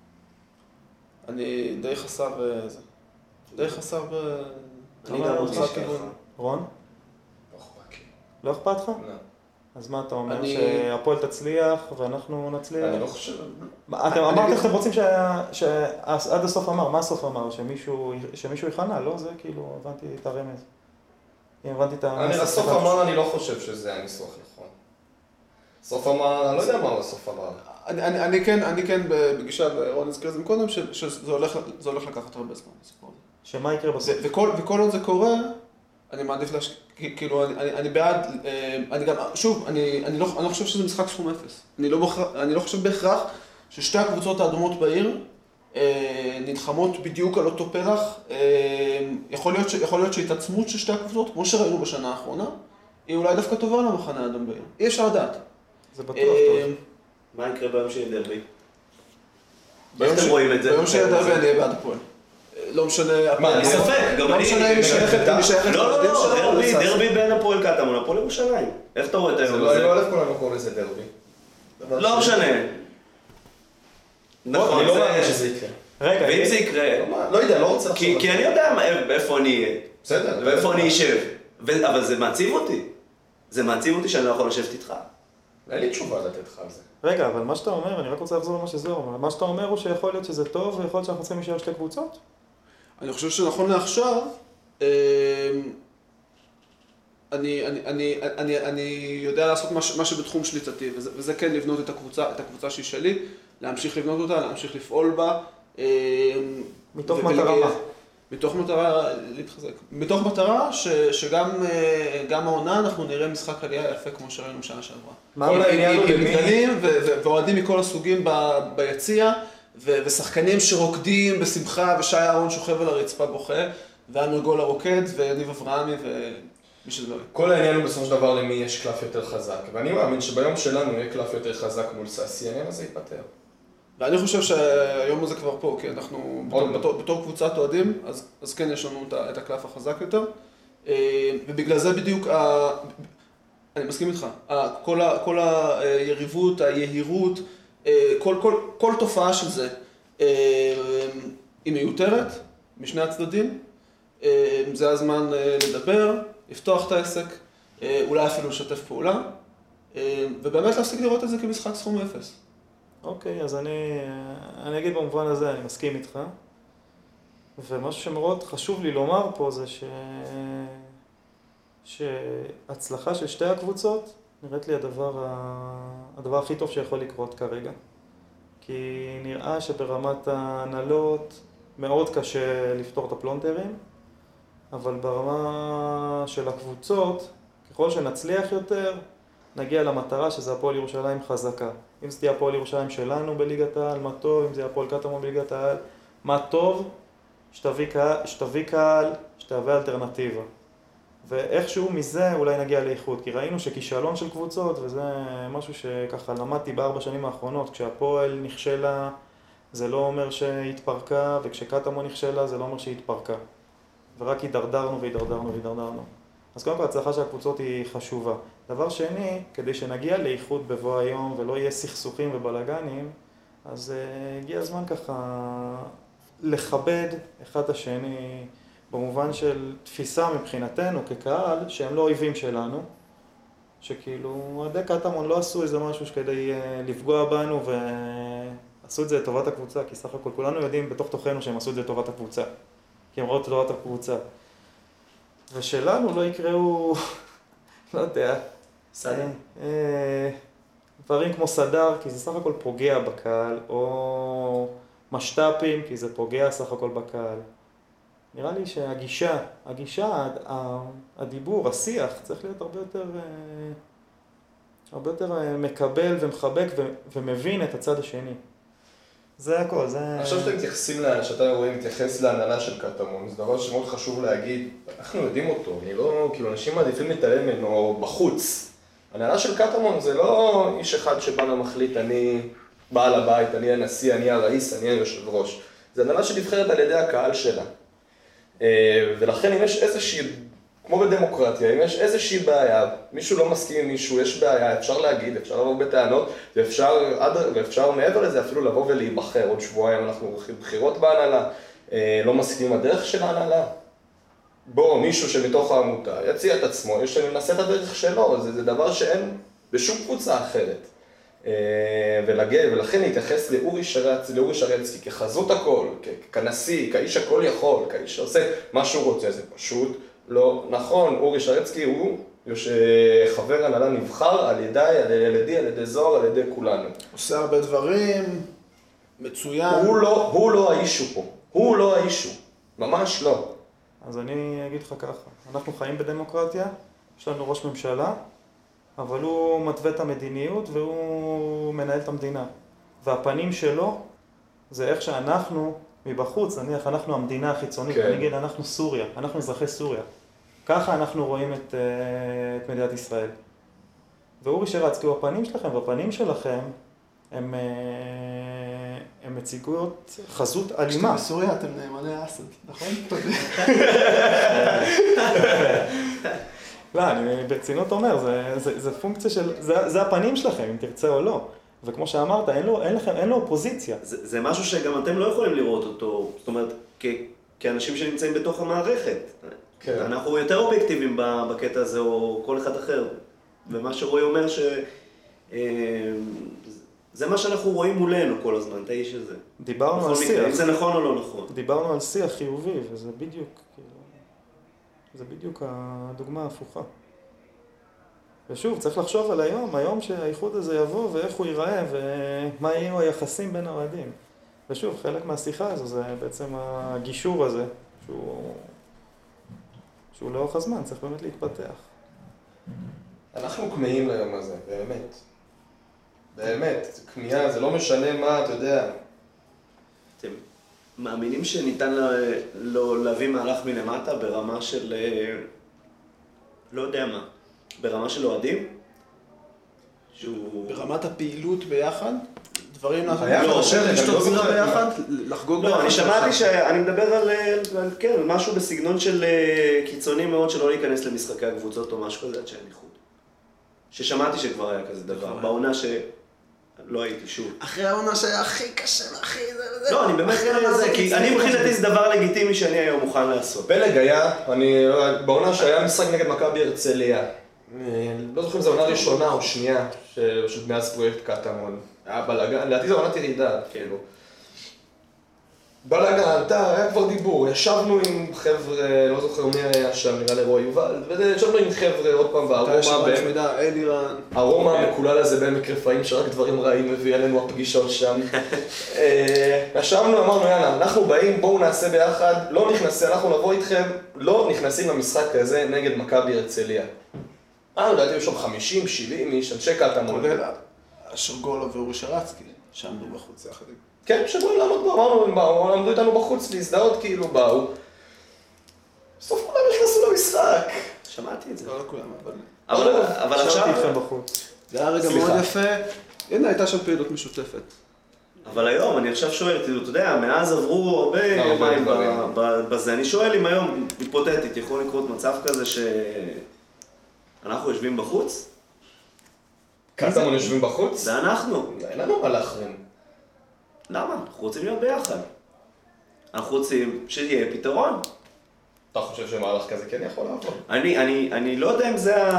אני די חסר זה. די חסר אני גם מרגיש ככה. רון? לא אכפת לי. לא אכפת לך? לא. אז מה אתה אומר? שהפועל תצליח ואנחנו נצליח? אני לא חושב. אתם אמרתם שאתם רוצים שעד הסוף אמר, מה הסוף אמר? שמישהו יכנע, לא? זה כאילו, הבנתי את הרמז. הסוף אמר, אני לא חושב שזה הניסוח נכון. סוף אמר, אני לא יודע מה הוא הסוף אמר. אני כן בגישה, ורון הזכיר את זה מקודם, שזה הולך לקחת הרבה זמן. שמה יקרה בסוף? וכל עוד זה קורה, אני מעדיף כאילו, אני בעד, אני גם, שוב, אני לא חושב שזה משחק סכום אפס. אני לא חושב בהכרח ששתי הקבוצות האדומות בעיר נלחמות בדיוק על אותו פלח. יכול להיות שהתעצמות של שתי הקבוצות, כמו שראינו בשנה האחרונה, היא אולי דווקא טובה למחנה האדום בעיר. אי אפשר לדעת. זה בטוח טוב. מה יקרה ביום שיהיה דרבי? איך אתם רואים את זה? ביום שיהיה דרבי אני אהיה בעד הפועל. לא משנה... מה, אני ספק, גם אני... לא משנה אם משייכת... לא, דרבי בין הפועל קטמון, הפועל ירושלים. איך אתה רואה את היום הזה? זה לא הולך כולנו קוראים לזה דרבי. לא משנה. נכון, אני לא מאמין שזה יקרה. רגע, ואם זה יקרה... לא יודע, לא רוצה לחשוב. כי אני יודע איפה אני אהיה. בסדר. ואיפה אני אשב. אבל זה מעציב אותי. זה מעציב אותי שאני לא יכול לשבת איתך. אין לי תשובה לתת לך על זה. רגע, אבל מה שאתה אומר, אני רק רוצה לחזור למה שזה אומר, מה שאתה אומר הוא שיכול להיות שזה טוב, ויכול להיות שאנחנו צריכים להישאר שתי קבוצות? אני חושב שנכון לעכשיו, אני יודע לעשות מה שבתחום שליטתי, וזה כן לבנות את הקבוצה שהיא שלי, להמשיך לבנות אותה, להמשיך לפעול בה. מתוך מטרה מה? מתוך מטרה להתחזק. מתוך מטרה שגם העונה אנחנו נראה משחק עלייה יפה כמו שראינו שנה שעברה. כל העניין הוא למי... מתגנים ואוהדים מכל הסוגים ביציע, ושחקנים שרוקדים בשמחה, ושי אהרון שוכב על הרצפה בוכה, ואמיר גול הרוקד, ויניב אברהמי ומי שזה לא יהיה. כל העניין הוא בסופו של דבר למי יש קלף יותר חזק, ואני מאמין שביום שלנו יהיה קלף יותר חזק מול סאסי, העניין הזה ייפטר. ואני חושב שהיום הזה כבר פה, כי אנחנו בתור קבוצת אוהדים, אז כן יש לנו את הקלף החזק יותר. ובגלל זה בדיוק, אני מסכים איתך, כל היריבות, היהירות, כל תופעה של זה היא מיותרת משני הצדדים. זה הזמן לדבר, לפתוח את העסק, אולי אפילו לשתף פעולה, ובאמת להפסיק לראות את זה כמשחק סכום אפס. אוקיי, אז אני אגיד במובן הזה, אני מסכים איתך. ומשהו שמאוד חשוב לי לומר פה זה שהצלחה של שתי הקבוצות נראית לי הדבר הכי טוב שיכול לקרות כרגע. כי נראה שברמת ההנהלות מאוד קשה לפתור את הפלונטרים, אבל ברמה של הקבוצות, ככל שנצליח יותר, נגיע למטרה שזה הפועל ירושלים חזקה. אם זה תהיה הפועל ירושלים שלנו בליגת העל, מה טוב, אם זה הפועל קטמון בליגת העל, מה טוב, שתביא קהל, שתהווה אלטרנטיבה. ואיכשהו מזה אולי נגיע לאיחוד, כי ראינו שכישלון של קבוצות, וזה משהו שככה למדתי ב4 שנים האחרונות, כשהפועל נכשלה, זה לא אומר שהתפרקה, וכשקטמון נכשלה, זה לא אומר שהתפרקה. ורק הידרדרנו והידרדרנו והידרדרנו. אז קודם כל ההצלחה של הקבוצות היא חשובה. דבר שני, כדי שנגיע לאיחוד בבוא היום ולא יהיה סכסוכים ובלגנים, אז הגיע הזמן ככה לכבד אחד את השני, במובן של תפיסה מבחינתנו כקהל, שהם לא אויבים שלנו, שכאילו אוהדי קטמון לא עשו איזה משהו שכדי לפגוע בנו ועשו את זה לטובת הקבוצה, כי סך הכל כולנו יודעים בתוך תוכנו שהם עשו את זה לטובת הקבוצה, כי הם ראו את לטובת הקבוצה. ושלנו לא יקראו, לא יודע, סדר. דברים כמו סדר, כי זה סך הכל פוגע בקהל, או משטפים, כי זה פוגע סך הכל בקהל. נראה לי שהגישה, הדיבור, השיח, צריך להיות הרבה יותר מקבל ומחבק ומבין את הצד השני. זה הכל, זה... עכשיו שאתה רואים, מתייחס להנהלה של קטמון, זה דבר שמאוד חשוב להגיד, אנחנו יודעים אותו, אני לא, כאילו אנשים מעדיפים להתעלם ממנו בחוץ. הנהלה של קטמון זה לא איש אחד שבא ומחליט, אני בעל הבית, אני הנשיא, אני הראיס, אני היושב ראש. זה הנהלה שנבחרת על ידי הקהל שלה. ולכן אם יש איזושהי, כמו בדמוקרטיה, אם יש איזושהי בעיה, מישהו לא מסכים עם מישהו, יש בעיה, אפשר להגיד, אפשר לבוא בטענות, ואפשר מעבר לזה אפילו לבוא ולהיבחר. עוד שבועיים אנחנו הולכים בחירות בהנהלה, לא מסכים עם הדרך של ההנהלה. בוא, מישהו שמתוך העמותה יציע את עצמו, ננסה את הדרך שלו, זה דבר שאין בשום קבוצה אחרת. ולכן להתייחס לאורי שרצקי כחזות הכל, כנשיא, כאיש הכל יכול, כאיש שעושה מה שהוא רוצה, זה פשוט לא נכון. אורי שרצקי הוא חבר הנהלה נבחר על ידי זוהר, על ידי כולנו. עושה הרבה דברים, מצוין. הוא לא האישו פה, הוא לא האישו, ממש לא. אז אני אגיד לך ככה, אנחנו חיים בדמוקרטיה, יש לנו ראש ממשלה, אבל הוא מתווה את המדיניות והוא מנהל את המדינה. והפנים שלו זה איך שאנחנו מבחוץ, נניח אנחנו המדינה החיצונית, כן. נגיד אנחנו סוריה, אנחנו אזרחי סוריה. ככה אנחנו רואים את מדינת ישראל. ואורי שרצקי הוא הפנים שלכם, והפנים שלכם הם מציגות חזות אלימה. כשאתם בסוריה אתם נאמני אסד, נכון? לא, אני ברצינות אומר, זה פונקציה של, זה הפנים שלכם, אם תרצה או לא. וכמו שאמרת, אין לו אופוזיציה. זה משהו שגם אתם לא יכולים לראות אותו, זאת אומרת, כאנשים שנמצאים בתוך המערכת. כן. אנחנו יותר אובייקטיביים בקטע הזה, או כל אחד אחר. ומה שרועי אומר זה מה שאנחנו רואים מולנו כל הזמן, את האיש הזה. דיברנו על שיח. אם זה נכון או לא נכון. דיברנו על שיח חיובי, וזה בדיוק, זה בדיוק הדוגמה ההפוכה. ושוב, צריך לחשוב על היום שהאיחוד הזה יבוא ואיך הוא ייראה ומה יהיו היחסים בין האוהדים. ושוב, חלק מהשיחה הזו זה בעצם הגישור הזה, שהוא לאורך הזמן צריך באמת להתפתח. אנחנו כמהים ליום הזה, באמת. באמת, כמיהה, זה לא משנה מה, אתה יודע. אתם מאמינים שניתן להביא מהלך מלמטה ברמה של, לא יודע מה, ברמה של אוהדים? ברמת הפעילות ביחד? דברים לשתות בירה ביחד? לחגוג ביחד? לא, אני שמעתי אני מדבר על משהו בסגנון של קיצוני מאוד שלא להיכנס למשחקי הקבוצות או משהו כזה עד שאין איחוד. ששמעתי שכבר היה כזה דבר, בעונה לא הייתי שוב. אחרי העונה שהיה הכי קשה, הכי זה... לא, אני באמת לא זה, כי אני מבחינתי זה דבר לגיטימי שאני היום מוכן לעשות. פלג היה, בעונה שהיה משחק נגד מכבי הרצליה. לא זוכר אם זו עונה ראשונה או שנייה, של מאז פרויקט קטמון. היה בלגן, לדעתי זו עונת ירידה, כאילו. בלגן, היה כבר דיבור, ישבנו עם חבר'ה, לא זוכר מי היה שם, נראה לרועי יובל, וישבנו עם חבר'ה עוד פעם בארומה המקולל הזה בעמק רפאים, שרק דברים רעים מביא עלינו הפגישות שם. ישבנו, אמרנו, יאללה, אנחנו באים, בואו נעשה ביחד, לא נכנסים, אנחנו נבוא איתכם, לא נכנסים למשחק הזה נגד מכבי הרצליה. לדעתי יש שם 50, 70 איש, אנשי קטמון. כולל השרגולה ואורי שרצקי, שעמדו בחוץ יחד עם. כן, שבועים לעמוד בו, אמרנו, הם באו, עמדו איתנו בחוץ להזדהות כאילו באו. בסוף כולם נכנסו למשחק. שמעתי את זה. לא לכולם, אבל עכשיו... שמעתי איתכם בחוץ. זה היה רגע מאוד יפה. הנה, הייתה שם פעילות משותפת. אבל היום, אני עכשיו שואל, אתה יודע, מאז עברו הרבה יומיים בזה. אני שואל אם היום, היפותטית, יכול לקרות מצב כזה שאנחנו יושבים בחוץ? קטמון יושבים בחוץ? זה אנחנו. אין לנו מה להחרים. למה? אנחנו רוצים להיות ביחד. אנחנו רוצים שיהיה פתרון. אתה חושב שמהלך כזה כן יכול לעבוד? אני לא יודע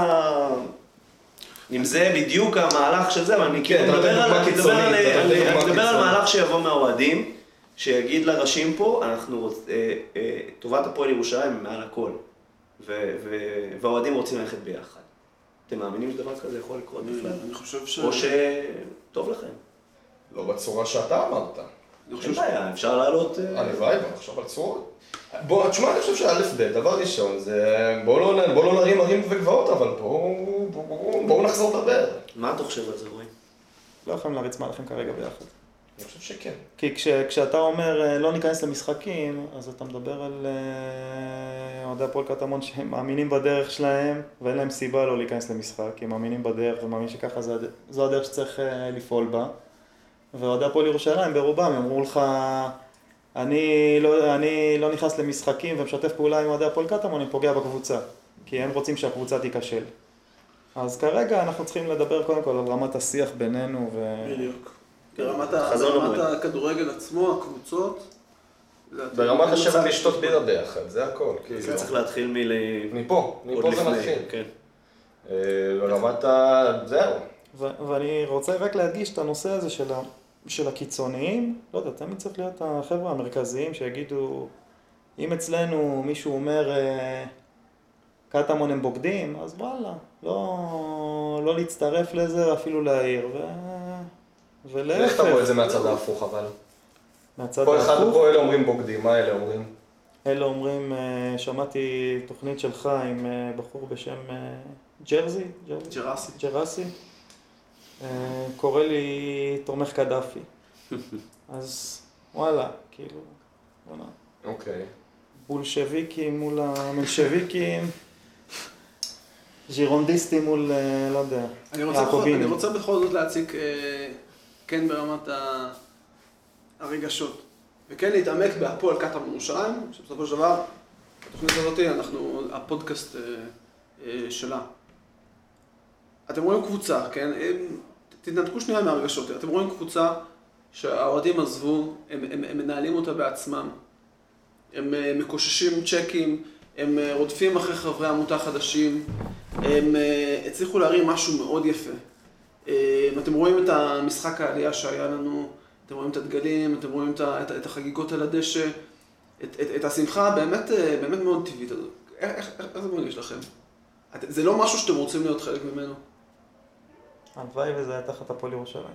אם זה בדיוק המהלך של זה, אבל אני כאילו מדבר על מהלך שיבוא מהאוהדים, שיגיד לראשים פה, טובת הפועל ירושלים מעל הכל, והאוהדים רוצים ללכת ביחד. אתם מאמינים שדבר כזה יכול לקרות בכלל? אני חושב ש... או שטוב לכם? לא בצורה שאתה אמרת. אין בעיה, אפשר לעלות... הלוואי, בוא נחשוב על צורות. בוא, תשמע, אני חושב שא' ב', דבר ראשון, זה... בוא לא נרים ערים וגבעות, אבל בואו נחזור לדבר. מה אתה חושב על זה, רועי? לא יכולים להריץ מהלכים כרגע ביחד. אני חושב שכן. כי כשאתה אומר לא ניכנס למשחקים, אז אתה מדבר על אוהדי הפועל קטמון שהם מאמינים בדרך שלהם, ואין להם סיבה לא להיכנס למשחק, כי הם מאמינים בדרך ומאמינים שככה זו הדרך שצריך לפעול בה. ואוהדי הפועל ירושלים ברובם אמרו לך, אני לא נכנס למשחקים ומשתף פעולה עם אוהדי הפועל קטמון, אני פוגע בקבוצה, כי הם רוצים שהקבוצה תיכשל. אז כרגע אנחנו צריכים לדבר קודם כל על רמת השיח בינינו בדיוק. ברמת הכדורגל עצמו, הקבוצות. ברמת השבע לשתות בירה ביחד, זה הכל. זה צריך להתחיל מפה זה מתחיל. כן. ברמת זהו. ואני רוצה רק להדגיש את הנושא הזה של הקיצוניים. לא יודע, תמיד צריך להיות החבר'ה המרכזיים שיגידו, אם אצלנו מישהו אומר קטמון הם בוגדים, אז וואלה, לא להצטרף לזה, אפילו להעיר. ולהפך. איך אתה רואה את זה מהצד ההפוך אבל? מהצד כל אחד ההפוך? פה אלה אומרים בוגדים, מה אלה אומרים? אלה אומרים, שמעתי תוכנית שלך עם בחור בשם ג'רסי. קורא לי תומך קדאפי. אז וואלה, כאילו, וואלה. אוקיי. בולשוויקים מול המלשוויקים, ז'ירונדיסטים מול, לא יודע, יעקובינים. אני רוצה בכל זאת להציג כן ברמת הרגשות, וכן להתעמק בהפועל קטמון ירושלים, שבסופו של דבר, התוכנית הזאת, הפודקאסט שלה. אתם רואים קבוצה, כן? תתנתקו שנייה מהרגשות. אתם רואים קבוצה שהאוהדים עזבו, הם מנהלים אותה בעצמם, הם מקוששים צ'קים, הם רודפים אחרי חברי עמותה חדשים, הם הצליחו להרים משהו מאוד יפה. אתם רואים את המשחק העלייה שהיה לנו, אתם רואים את הדגלים, אתם רואים את החגיגות על הדשא, את השמחה באמת מאוד טבעית הזאת. איך זה מרגיש לכם? זה לא משהו שאתם רוצים להיות חלק ממנו? הלוואי וזה היה תחת הפועל ירושלים.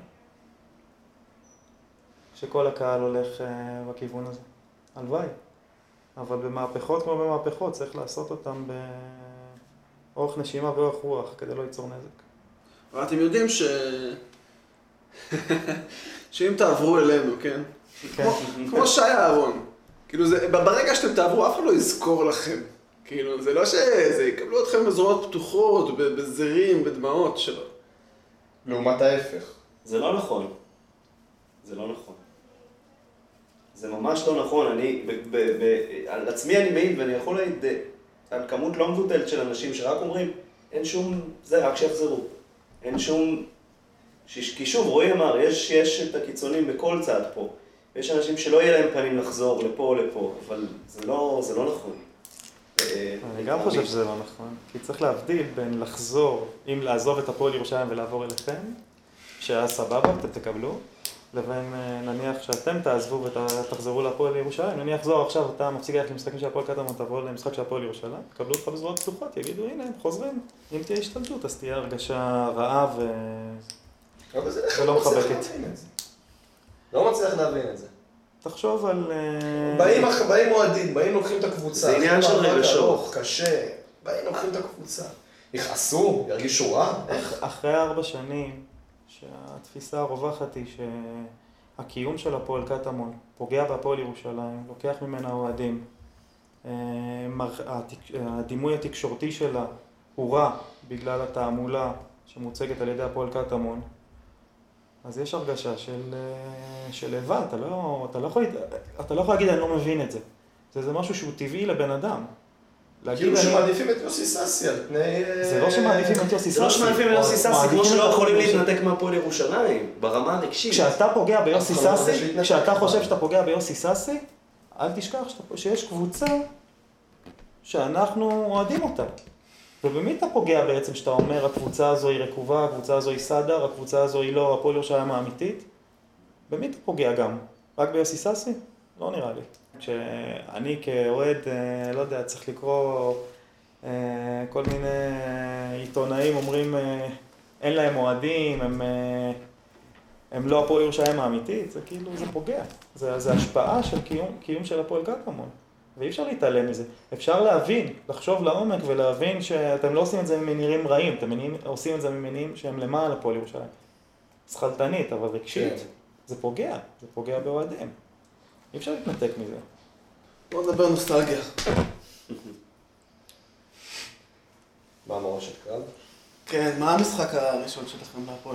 שכל הקהל הולך בכיוון הזה. הלוואי. אבל במהפכות כמו במהפכות צריך לעשות אותם באורך נשימה ואורך רוח כדי לא ליצור נזק. אבל אתם יודעים שאם תעברו אלינו, כן? כמו שי אהרון. כאילו ברגע שאתם תעברו, אף אחד לא יזכור לכם. כאילו זה לא שזה יקבלו אתכם בזרועות פתוחות, בזרים, בדמעות שלו. לעומת ההפך. זה לא נכון. זה לא נכון. זה ממש לא נכון. על עצמי אני מעיד, ואני יכול להעיד על כמות לא מבוטלת של אנשים שרק אומרים, אין שום, זה רק שיחזרו. אין שום, כי שוב, רועי אמר, יש את הקיצונים בכל צד פה. יש אנשים שלא יהיה להם פנים לחזור לפה או לפה, אבל זה לא נכון. אני גם חושב שזה לא נכון, כי צריך להבדיל בין לחזור, אם לעזוב את הפועל ירושלים ולעבור אליכם, שהיה סבבה, אתם תקבלו, לבין נניח שאתם תעזבו ותחזרו לפועל ירושלים, נניח זו עכשיו אתה מפסיק ללכת למשחקים של הפועל קטמון, תעבור למשחק של הפועל ירושלים, תקבלו אותך בזרועות פתוחות, יגידו הנה הם חוזרים, אם תהיה השתלטות אז תהיה הרגשה רעה ולא מחבקת. לא מצליח להבין את זה. תחשוב על... באים אוהדים, באים לוקחים את הקבוצה. זה עניין של רגשות. קשה, באים לוקחים את הקבוצה. יכעסו, ירגישו רע? אחרי 4 שנים, שהתפיסה הרווחת היא שהקיום של הפועל קטמון פוגע בהפועל ירושלים, לוקח ממנה אוהדים, הדימוי התקשורתי שלה הוא רע בגלל התעמולה שמוצגת על ידי הפועל קטמון, אז יש הרגשה של לבד, אתה לא יכול להגיד אני לא מבין את זה. זה משהו שהוא טבעי לבן אדם. כאילו שמעדיפים את יוסי סאסי על פני... זה לא שמעדיפים את יוסי סאסי. זה לא שמעדיפים את יוסי סאסי, כמו שלא יכולים להתנתק מהפועל ירושלים, ברמה הרגשית. כשאתה פוגע ביוסי סאסי, כשאתה חושב שאתה פוגע ביוסי סאסי, אל תשכח שיש קבוצה שאנחנו אוהדים אותה. ובמי אתה פוגע בעצם שאתה אומר הקבוצה הזו היא רקובה, הקבוצה הזו היא סדר, הקבוצה הזו היא לא הפועל ירושלים האמיתית? במי אתה פוגע גם? רק ביוסי סאסי? לא נראה לי. שאני כאוהד, לא יודע, צריך לקרוא כל מיני עיתונאים אומרים אין להם אוהדים, הם לא הפועל ירושלים האמיתית, זה כאילו, זה פוגע. זה השפעה של קיום של הפועל קטמון. ואי אפשר להתעלם מזה. אפשר להבין, לחשוב לעומק ולהבין שאתם לא עושים את זה ממניעים רעים, אתם עושים את זה ממניעים שהם למעלה הפועל ירושלים. שכלתנית, אבל רגשית, זה פוגע באוהדים. אי אפשר להתנתק מזה. בואו נדבר נוסטלגיה. מה המורשת קרב? כן, מה המשחק הראשון שלכם בהפועל?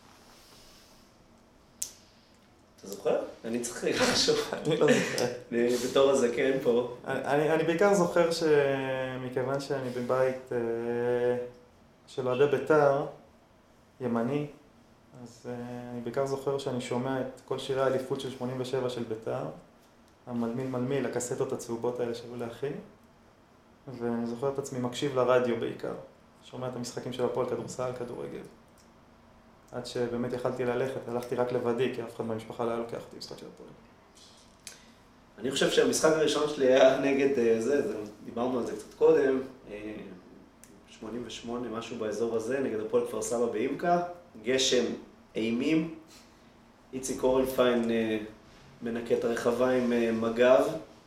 אתה זוכר? אני צריך לחשוב. אני לא זוכר. בתור הזקן פה. אני בעיקר זוכר שמכיוון שאני בבית של אוהדי בית"ר, ימני, אז אני בעיקר זוכר שאני שומע את כל שירי האליפות של 87 של בית"ר, המלמיל, הקסטות הצהובות האלה שהיו לאחי, ואני זוכר את עצמי מקשיב לרדיו בעיקר, שומע את המשחקים של הפועל כדורסל, כדורגל. עד שבאמת יכלתי ללכת, הלכתי רק לבדי, כי אף אחד מהמשפחה לא היה לוקח אותי משחק של הפועל. אני חושב שהמשחק הראשון שלי היה נגד דיברנו על זה קצת קודם, 88, משהו באזור הזה, נגד הפועל כפר סבא באימקה, גשם אימים, איציק אורנפיין מנקה את הרחבה עם מג"ב,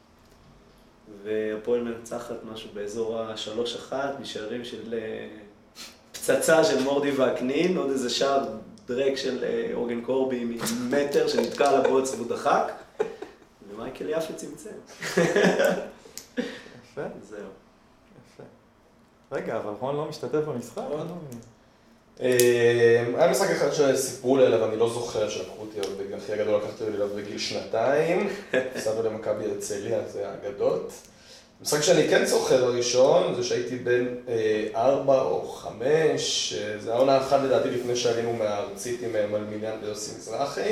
והפועל מנצחת משהו באזור ה-3-1, משערים של פצצה של מורדי והקנין, עוד איזה שער דרק של אורגן קורבי ממטר שנתקע על הבוץ והוא דחק, ומייקל יפה צמצם. יפה. זהו. יפה. רגע, אבל רון לא משתתף במשחק? היה משחק אחד שסיפרו לי עליו, אני לא זוכר שלקחו אותי, אחי הגדול לקחתי אליו בגיל 2, סבא למכבי הרצליה, זה האגדות. המשחק שאני כן זוכר הראשון, זה שהייתי בן 4 או 5, זה העונה אחת לדעתי לפני שעלינו מהארצית עם מלמיניאן ויוסי מזרחי.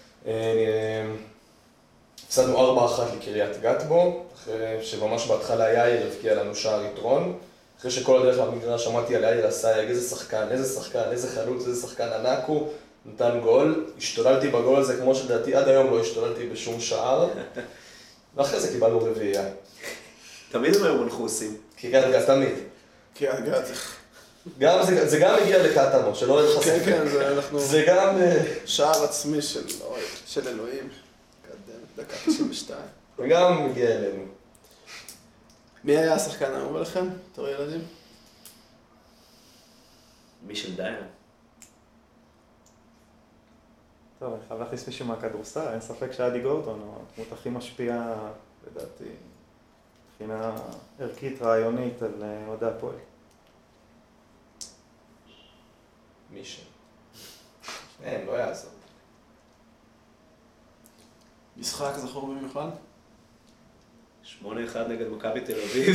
הפסדנו 4-1 לקריית גת בו, אחרי שממש בהתחלה יאיר הבקיע לנו שער יתרון. אחרי שכל הדרך במגרש שמעתי על יאיר אסייג, איזה שחקן, איזה חלוץ, איזה שחקן ענק הוא, נתן גול. השתוללתי בגול הזה כמו שדעתי עד היום לא השתוללתי בשום שער. ואחרי זה קיבלנו רביעייה. תמיד הם היו מנחוסים. קריית גת תמיד. קריית גת. זה גם הגיע לקטמון, שלא יהיה לך ספק. כן, זה גם... שער עצמי של אלוהים. דקה 92. וגם מגיע אלינו. מי היה השחקן האהוב עליכם, בתור ילדים? מישל דיין. טוב, אני חייב להכניס מישהו מהכדורסל, אין ספק שעדי גורדון, הוא הדמות הכי משפיעה, לדעתי, מבחינה ערכית, רעיונית על אוהדי הפועל. מישל. אין, לא יעזור. משחק זכור במיוחד? 8-1 נגד מכבי תל אביב.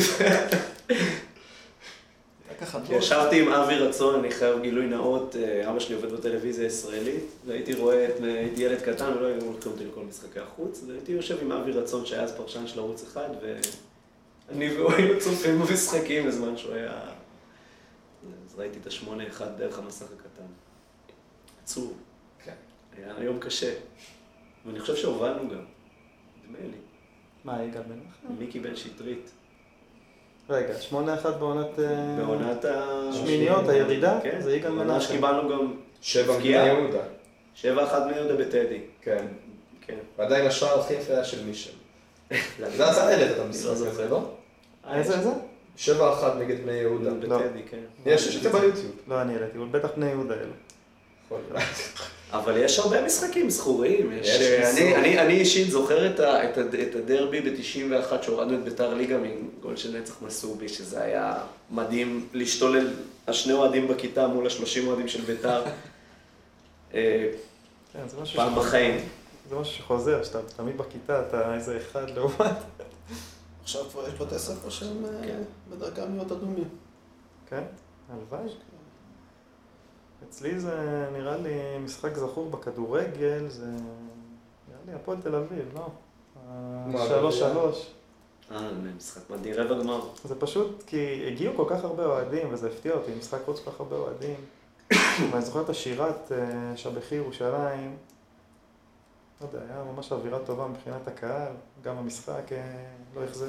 ככה ישבתי עם אבי רצון, אני חייב גילוי נאות, אבא שלי עובד בטלוויזיה הישראלית, והייתי רואה את ילד קטן, ולא היו לוקחים אותי לכל משחקי החוץ, והייתי יושב עם אבי רצון שהיה אז פרשן של ערוץ אחד, ואני והוא היינו צופים במשחקים בזמן שהוא היה... אז ראיתי את 8-1 דרך המסך הקטן. עצוב. כן. היה יום קשה. ואני חושב שהובלנו גם, נדמה לי. מה, יגאל בן נחם? מיקי בן שטרית. רגע, 8-1 בעונת... בעונת שמיניות, הירידה? כן, זה יגאל בן נחם. ממש קיבלנו גם... 7 בני יהודה. 7-1 בני יהודה בטדי. כן. כן. ועדיין השער הכי יפה היה של מישל. זה אתה העלית את המשחק הזה, לא? איזה? 7-1 נגד בני יהודה. בטדי, כן. יש את זה ביוטיוב. לא, אני העליתי, אבל בטח בני יהודה אלו. אבל יש הרבה משחקים זכורים. יש אני אישית זוכר את הדרבי ב-91 שהורדנו את ביתר ליגה מגול של נצח מסובי, שזה היה מדהים להשתולל השני אוהדים בכיתה מול ה-30 אוהדים של ביתר. פעם בחיים. זה משהו שחוזר, שאתה תמיד בכיתה, אתה איזה אחד לעומת. עכשיו כבר יש בתי ספר שהם בדרכם להיות אדומים. כן, הלוואי. אצלי זה נראה לי משחק זכור בכדורגל, זה נראה לי הפועל תל אביב, לא? 3-3. משחק מדהים, רבע גמר. זה פשוט כי הגיעו כל כך הרבה אוהדים, וזה הפתיע אותי, משחק רוץ כל כך הרבה אוהדים. ואני זוכר את השירת שבחי ירושלים, לא יודע, היה ממש אווירה טובה מבחינת הקהל, גם המשחק לא יחזר.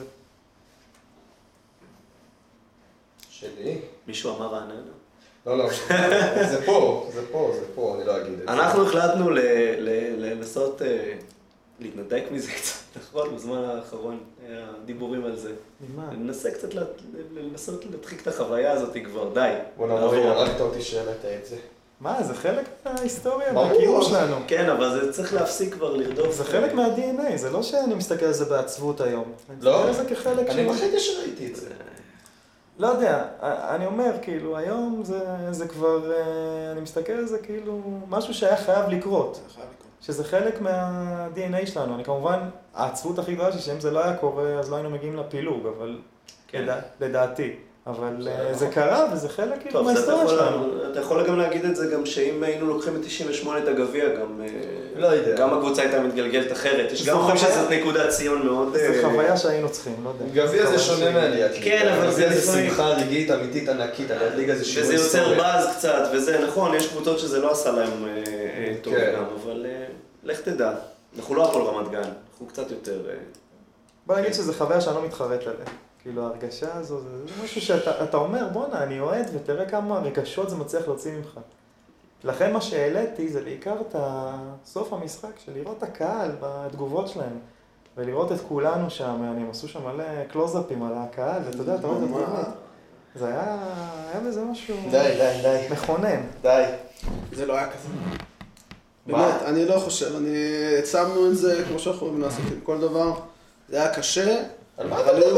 שלי? מישהו אמר רעננה? לא, זה פה, אני לא אגיד את זה. אנחנו החלטנו לנסות להתנתק מזה קצת, נכון? בזמן האחרון היה דיבורים על זה. ממה? ננסה קצת לנסות להדחיק את החוויה הזאת כבר, די. בוא נעבור, הרגת אותי שהעלית את זה. מה, זה חלק מההיסטוריה, מהקיום שלנו. כן, אבל זה צריך להפסיק כבר לרדוף. זה חלק מה-DNA, זה לא שאני מסתכל על זה בעצבות היום. לא? אני מסתכל על זה כחלק אני מחליט שראיתי את זה. לא יודע, אני אומר, כאילו, היום זה כבר, אני מסתכל על זה כאילו, משהו שהיה חייב לקרות. שזה חלק מה-DNA שלנו. אני כמובן, העצבות הכי גדולה שאם זה לא היה קורה, אז לא היינו מגיעים לפילוג, אבל לדעתי. אבל זה קרה וזה חלק כאילו מההיסטוריה שלנו. אתה יכול גם להגיד את זה גם שאם היינו לוקחים את 98 את הגביע, לא יודע. גם הקבוצה הייתה מתגלגלת אחרת. יש גם אומרים שזאת נקודת ציון מאוד... זה חוויה שהיינו צריכים, לא יודע. גביע זה שונה מעליית ליגה. כן, אבל גביע זה שמחה רגעית, אמיתית, ענקית. עליית ליגה זה שינוי וזה היסטוריה. יוצר באז קצת, וזה נכון, יש קבוצות שזה לא עשה להם טוב גם, אבל לך תדע. אנחנו לא הכל רמת גן, אנחנו קצת יותר... בוא נגיד שזו חוויה שאני לא מתחרט עליה. כאילו ההרגשה הזו, זה משהו שאתה אומר, בוא'נה, אני אוהד ותראה כמה רגשות זה מצליח להוציא ממך. לכן מה שהעליתי זה בעיקר את סוף המשחק, של לראות את הקהל בתגובות שלהם, ולראות את כולנו שם, הם עשו שם מלא קלוזאפים על הקהל, ואתה יודע, אתה רואה את התגובות. זה היה בזה משהו מכונן. די. זה לא היה כזה. באמת, אני לא חושב, הצמנו את זה כמו שאנחנו יכולים לעשות עם כל דבר. זה היה קשה. אבל היו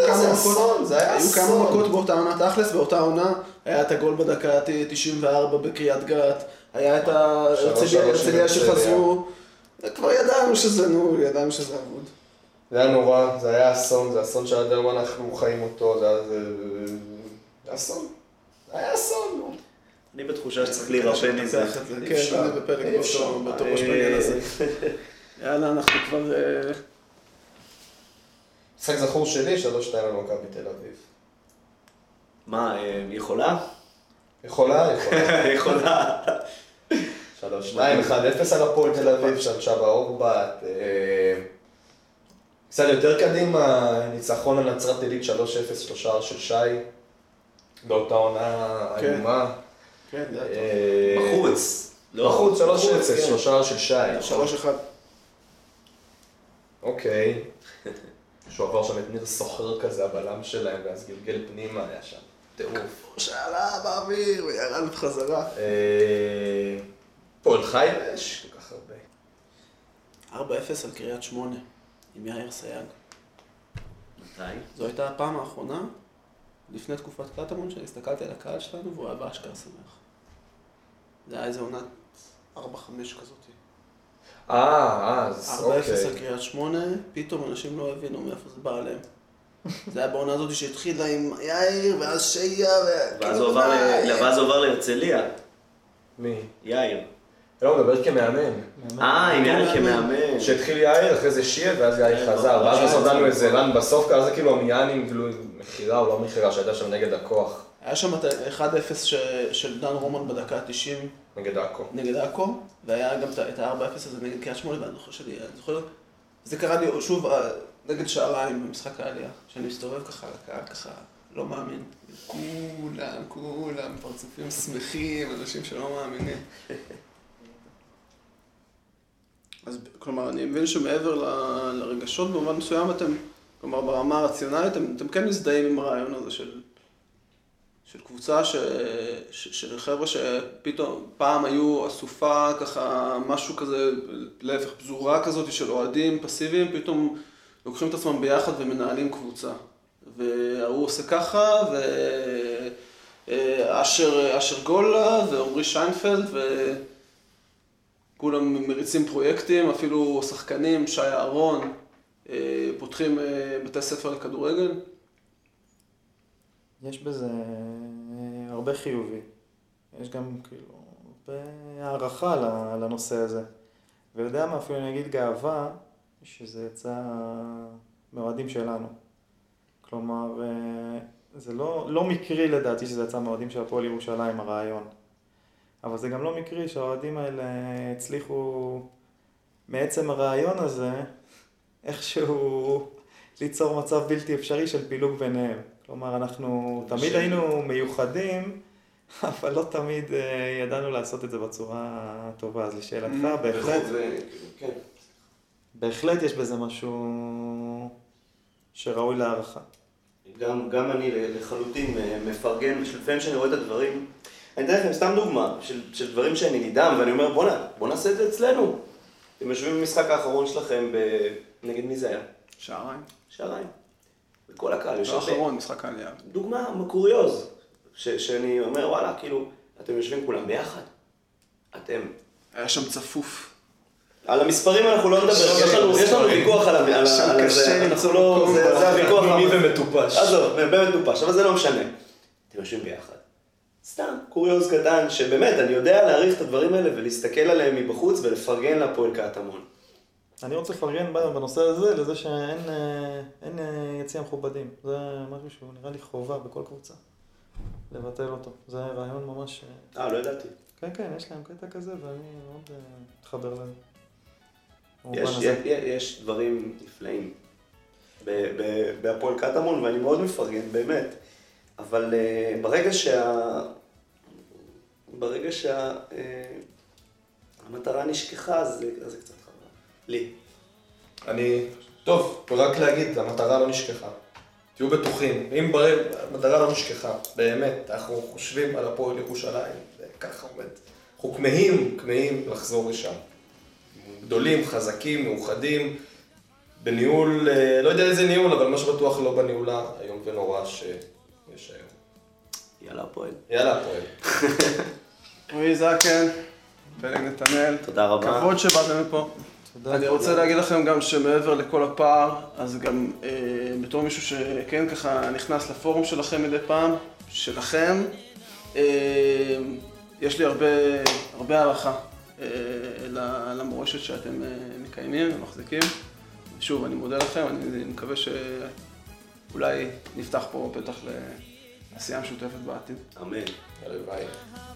כמה מכות באותה עונה, תכלס באותה עונה, היה את הגול בדקה 94 בקריית גת, היה את הרצליה שחזרו, כבר ידענו שזה אבוד. זה היה נורא, זה היה אסון, זה אסון שעד היום אנחנו חיים אותו, זה אסון, זה היה אסון. אני בתחושה שצריך להירפא מזה. כן, אני בפלג באותו ראש בעניין הזה. יאללה, אנחנו כבר... משחק זכור שלי, 3-2 על מכבי תל אביב. מה, יכולה? יכולה. 3-2, 1-0 על הפועל תל אביב, שם שבא אורבט. קצת יותר קדימה, ניצחון על נצרת עילית 3-0, לשער של שי. באותה עונה איומה. כן, זה היה טוב. בחוץ, 3-0, לשער של שי. 3-1. אוקיי. שהוא עבר שם את ניר סוחר כזה, הבלם שלהם, ואז גלגל פנימה היה שם. טירוף. שעלה באוויר וירד בחזרה. פועל חי ויש כל כך הרבה. 4-0 על קריית 8, עם יאיר סייג. מתי? זו הייתה הפעם האחרונה, לפני תקופת קטמון, שהסתכלתי על הקהל שלנו והוא היה באשכרה שמח. זה היה איזה עונת 4-5 כזאת. 4-0 אוקיי. על קריית 8, פתאום אנשים לא הבינו מאיפה זה בא עליהם. זה היה בעונה הזאת שהתחילה עם יאיר, ואז שיה, ואז הוא עבר להרצליה. מי? יאיר. לא, מדבר כמאמן. עם יאיר כמאמן. שהתחיל יאיר, אחרי זה שיה, ואז יאיר חזר. ואז עשינו איזה רן בסוף, כזה כאילו המיינים, כאילו מחירה או לא מחירה, שהייתה שם נגד הכוח. היה שם 1-0 של דן רומן בדקה 90. נגד עכו, והיה גם את ה-4-0 הזה נגד קריית 8, ואני זוכר, זה קרה לי שוב נגד שעריים במשחק העלייה, שאני מסתובב ככה לקהל, ככה, לא מאמין. כולם, פרצופים שמחים, אנשים שלא מאמינים. אז כלומר, אני מבין שמעבר לרגשות, במובן מסוים אתם, כלומר, ברמה הרציונלית, אתם כן מזדהים עם הרעיון הזה של קבוצה של חבר'ה שפתאום פעם היו אסופה ככה, משהו כזה, להפך פזורה כזאת של אוהדים פסיביים, פתאום לוקחים את עצמם ביחד ומנהלים קבוצה. והוא עושה ככה, אשר גולה ועומרי שיינפלד, וכולם מריצים פרויקטים, אפילו שחקנים, שי אהרון, פותחים בתי ספר לכדורגל. יש בזה הרבה חיובי. יש גם כאילו הרבה הערכה לנושא הזה. ויודע מה, אפילו אני אגיד גאווה, שזה יצא מאוהדים שלנו. כלומר, זה לא מקרי לדעתי שזה יצא מאוהדים של הפועל ירושלים, הרעיון. אבל זה גם לא מקרי שהאוהדים האלה הצליחו מעצם הרעיון הזה, איכשהו ליצור מצב בלתי אפשרי של פילוג ביניהם. כלומר, אנחנו תמיד היינו מיוחדים, אבל לא תמיד ידענו לעשות את זה בצורה טובה. אז לשאלתך, בהחלט יש בזה משהו שראוי להערכה. גם אני לחלוטין מפרגן, לפעמים שאני רואה את הדברים, אני אתן לכם סתם דוגמה של דברים שאני נדהם, ואני אומר בוא נעשה את זה אצלנו. אתם יושבים במשחק האחרון שלכם, נגד מי זה היה? שעריים. וכל הקהל יושב... האחרון, משחק העלייה. דוגמה מקוריוז, שאני אומר וואלה, כאילו, אתם יושבים כולם ביחד. היה שם צפוף. על המספרים אנחנו לא נדבר, יש לנו ויכוח על זה, זה הוויכוח מי ומטופש. עזוב, באמת מטופש, אבל זה לא משנה. אתם יושבים ביחד. סתם, קוריוז קטן, שבאמת אני יודע להעריך את הדברים האלה ולהסתכל עליהם מבחוץ ולפרגן לפועל קטמון. אני רוצה לפרגן בנושא הזה לזה שאין יציאה מכובדים. זה משהו שהוא נראה לי חובה בכל קבוצה. לבטל אותו. זה רעיון ממש... לא ידעתי. כן, יש להם קטע כזה ואני מאוד מתחבר לזה. יש דברים נפלאים בהפועל קטמון ואני מאוד מפרגן, באמת. אבל ברגע שהמטרה נשכחה, זה קצת חבל. לי. טוב, רק להגיד, המטרה לא נשכחה. תהיו בטוחים. אם המטרה לא נשכחה, באמת, אנחנו חושבים על הפועל ירושלים, וככה עומד. אנחנו כמהים לחזור לשם. גדולים, חזקים, מאוחדים, בניהול, לא יודע איזה ניהול, אבל מה שבטוח לא בניהולה, היום ונורא שיש היום. יאללה הפועל. רועי זקן, פלג נתנאל. תודה רבה. כבוד שבאתם מפה. אני רוצה להגיד לכם גם שמעבר לכל הפער, אז גם בתור מישהו שכן ככה נכנס לפורום שלכם מדי פעם, שלכם, יש לי הרבה הערכה למורשת שאתם מקיימים ומחזיקים. שוב, אני מודה לכם, אני מקווה שאולי נפתח פה פתח לעשייה משותפת בעתיד. אמן. הלוואי.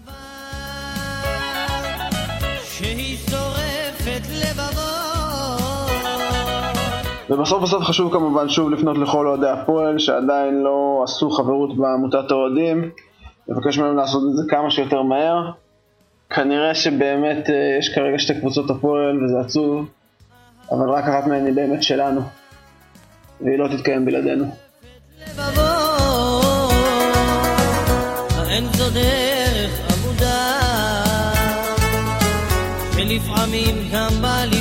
שהיא שורפת לבבות. ובסוף חשוב כמובן שוב לפנות לכל אוהדי הפועל שעדיין לא עשו חברות בעמותת האוהדים. לבקש מהם לעשות את זה כמה שיותר מהר. כנראה שבאמת יש כרגע שתי קבוצות הפועל וזה עצוב, אבל רק אחת מהן היא באמת שלנו, והיא לא תתקיים בלעדינו. האין זו דרך עבודה, שלפעמים גם בא לי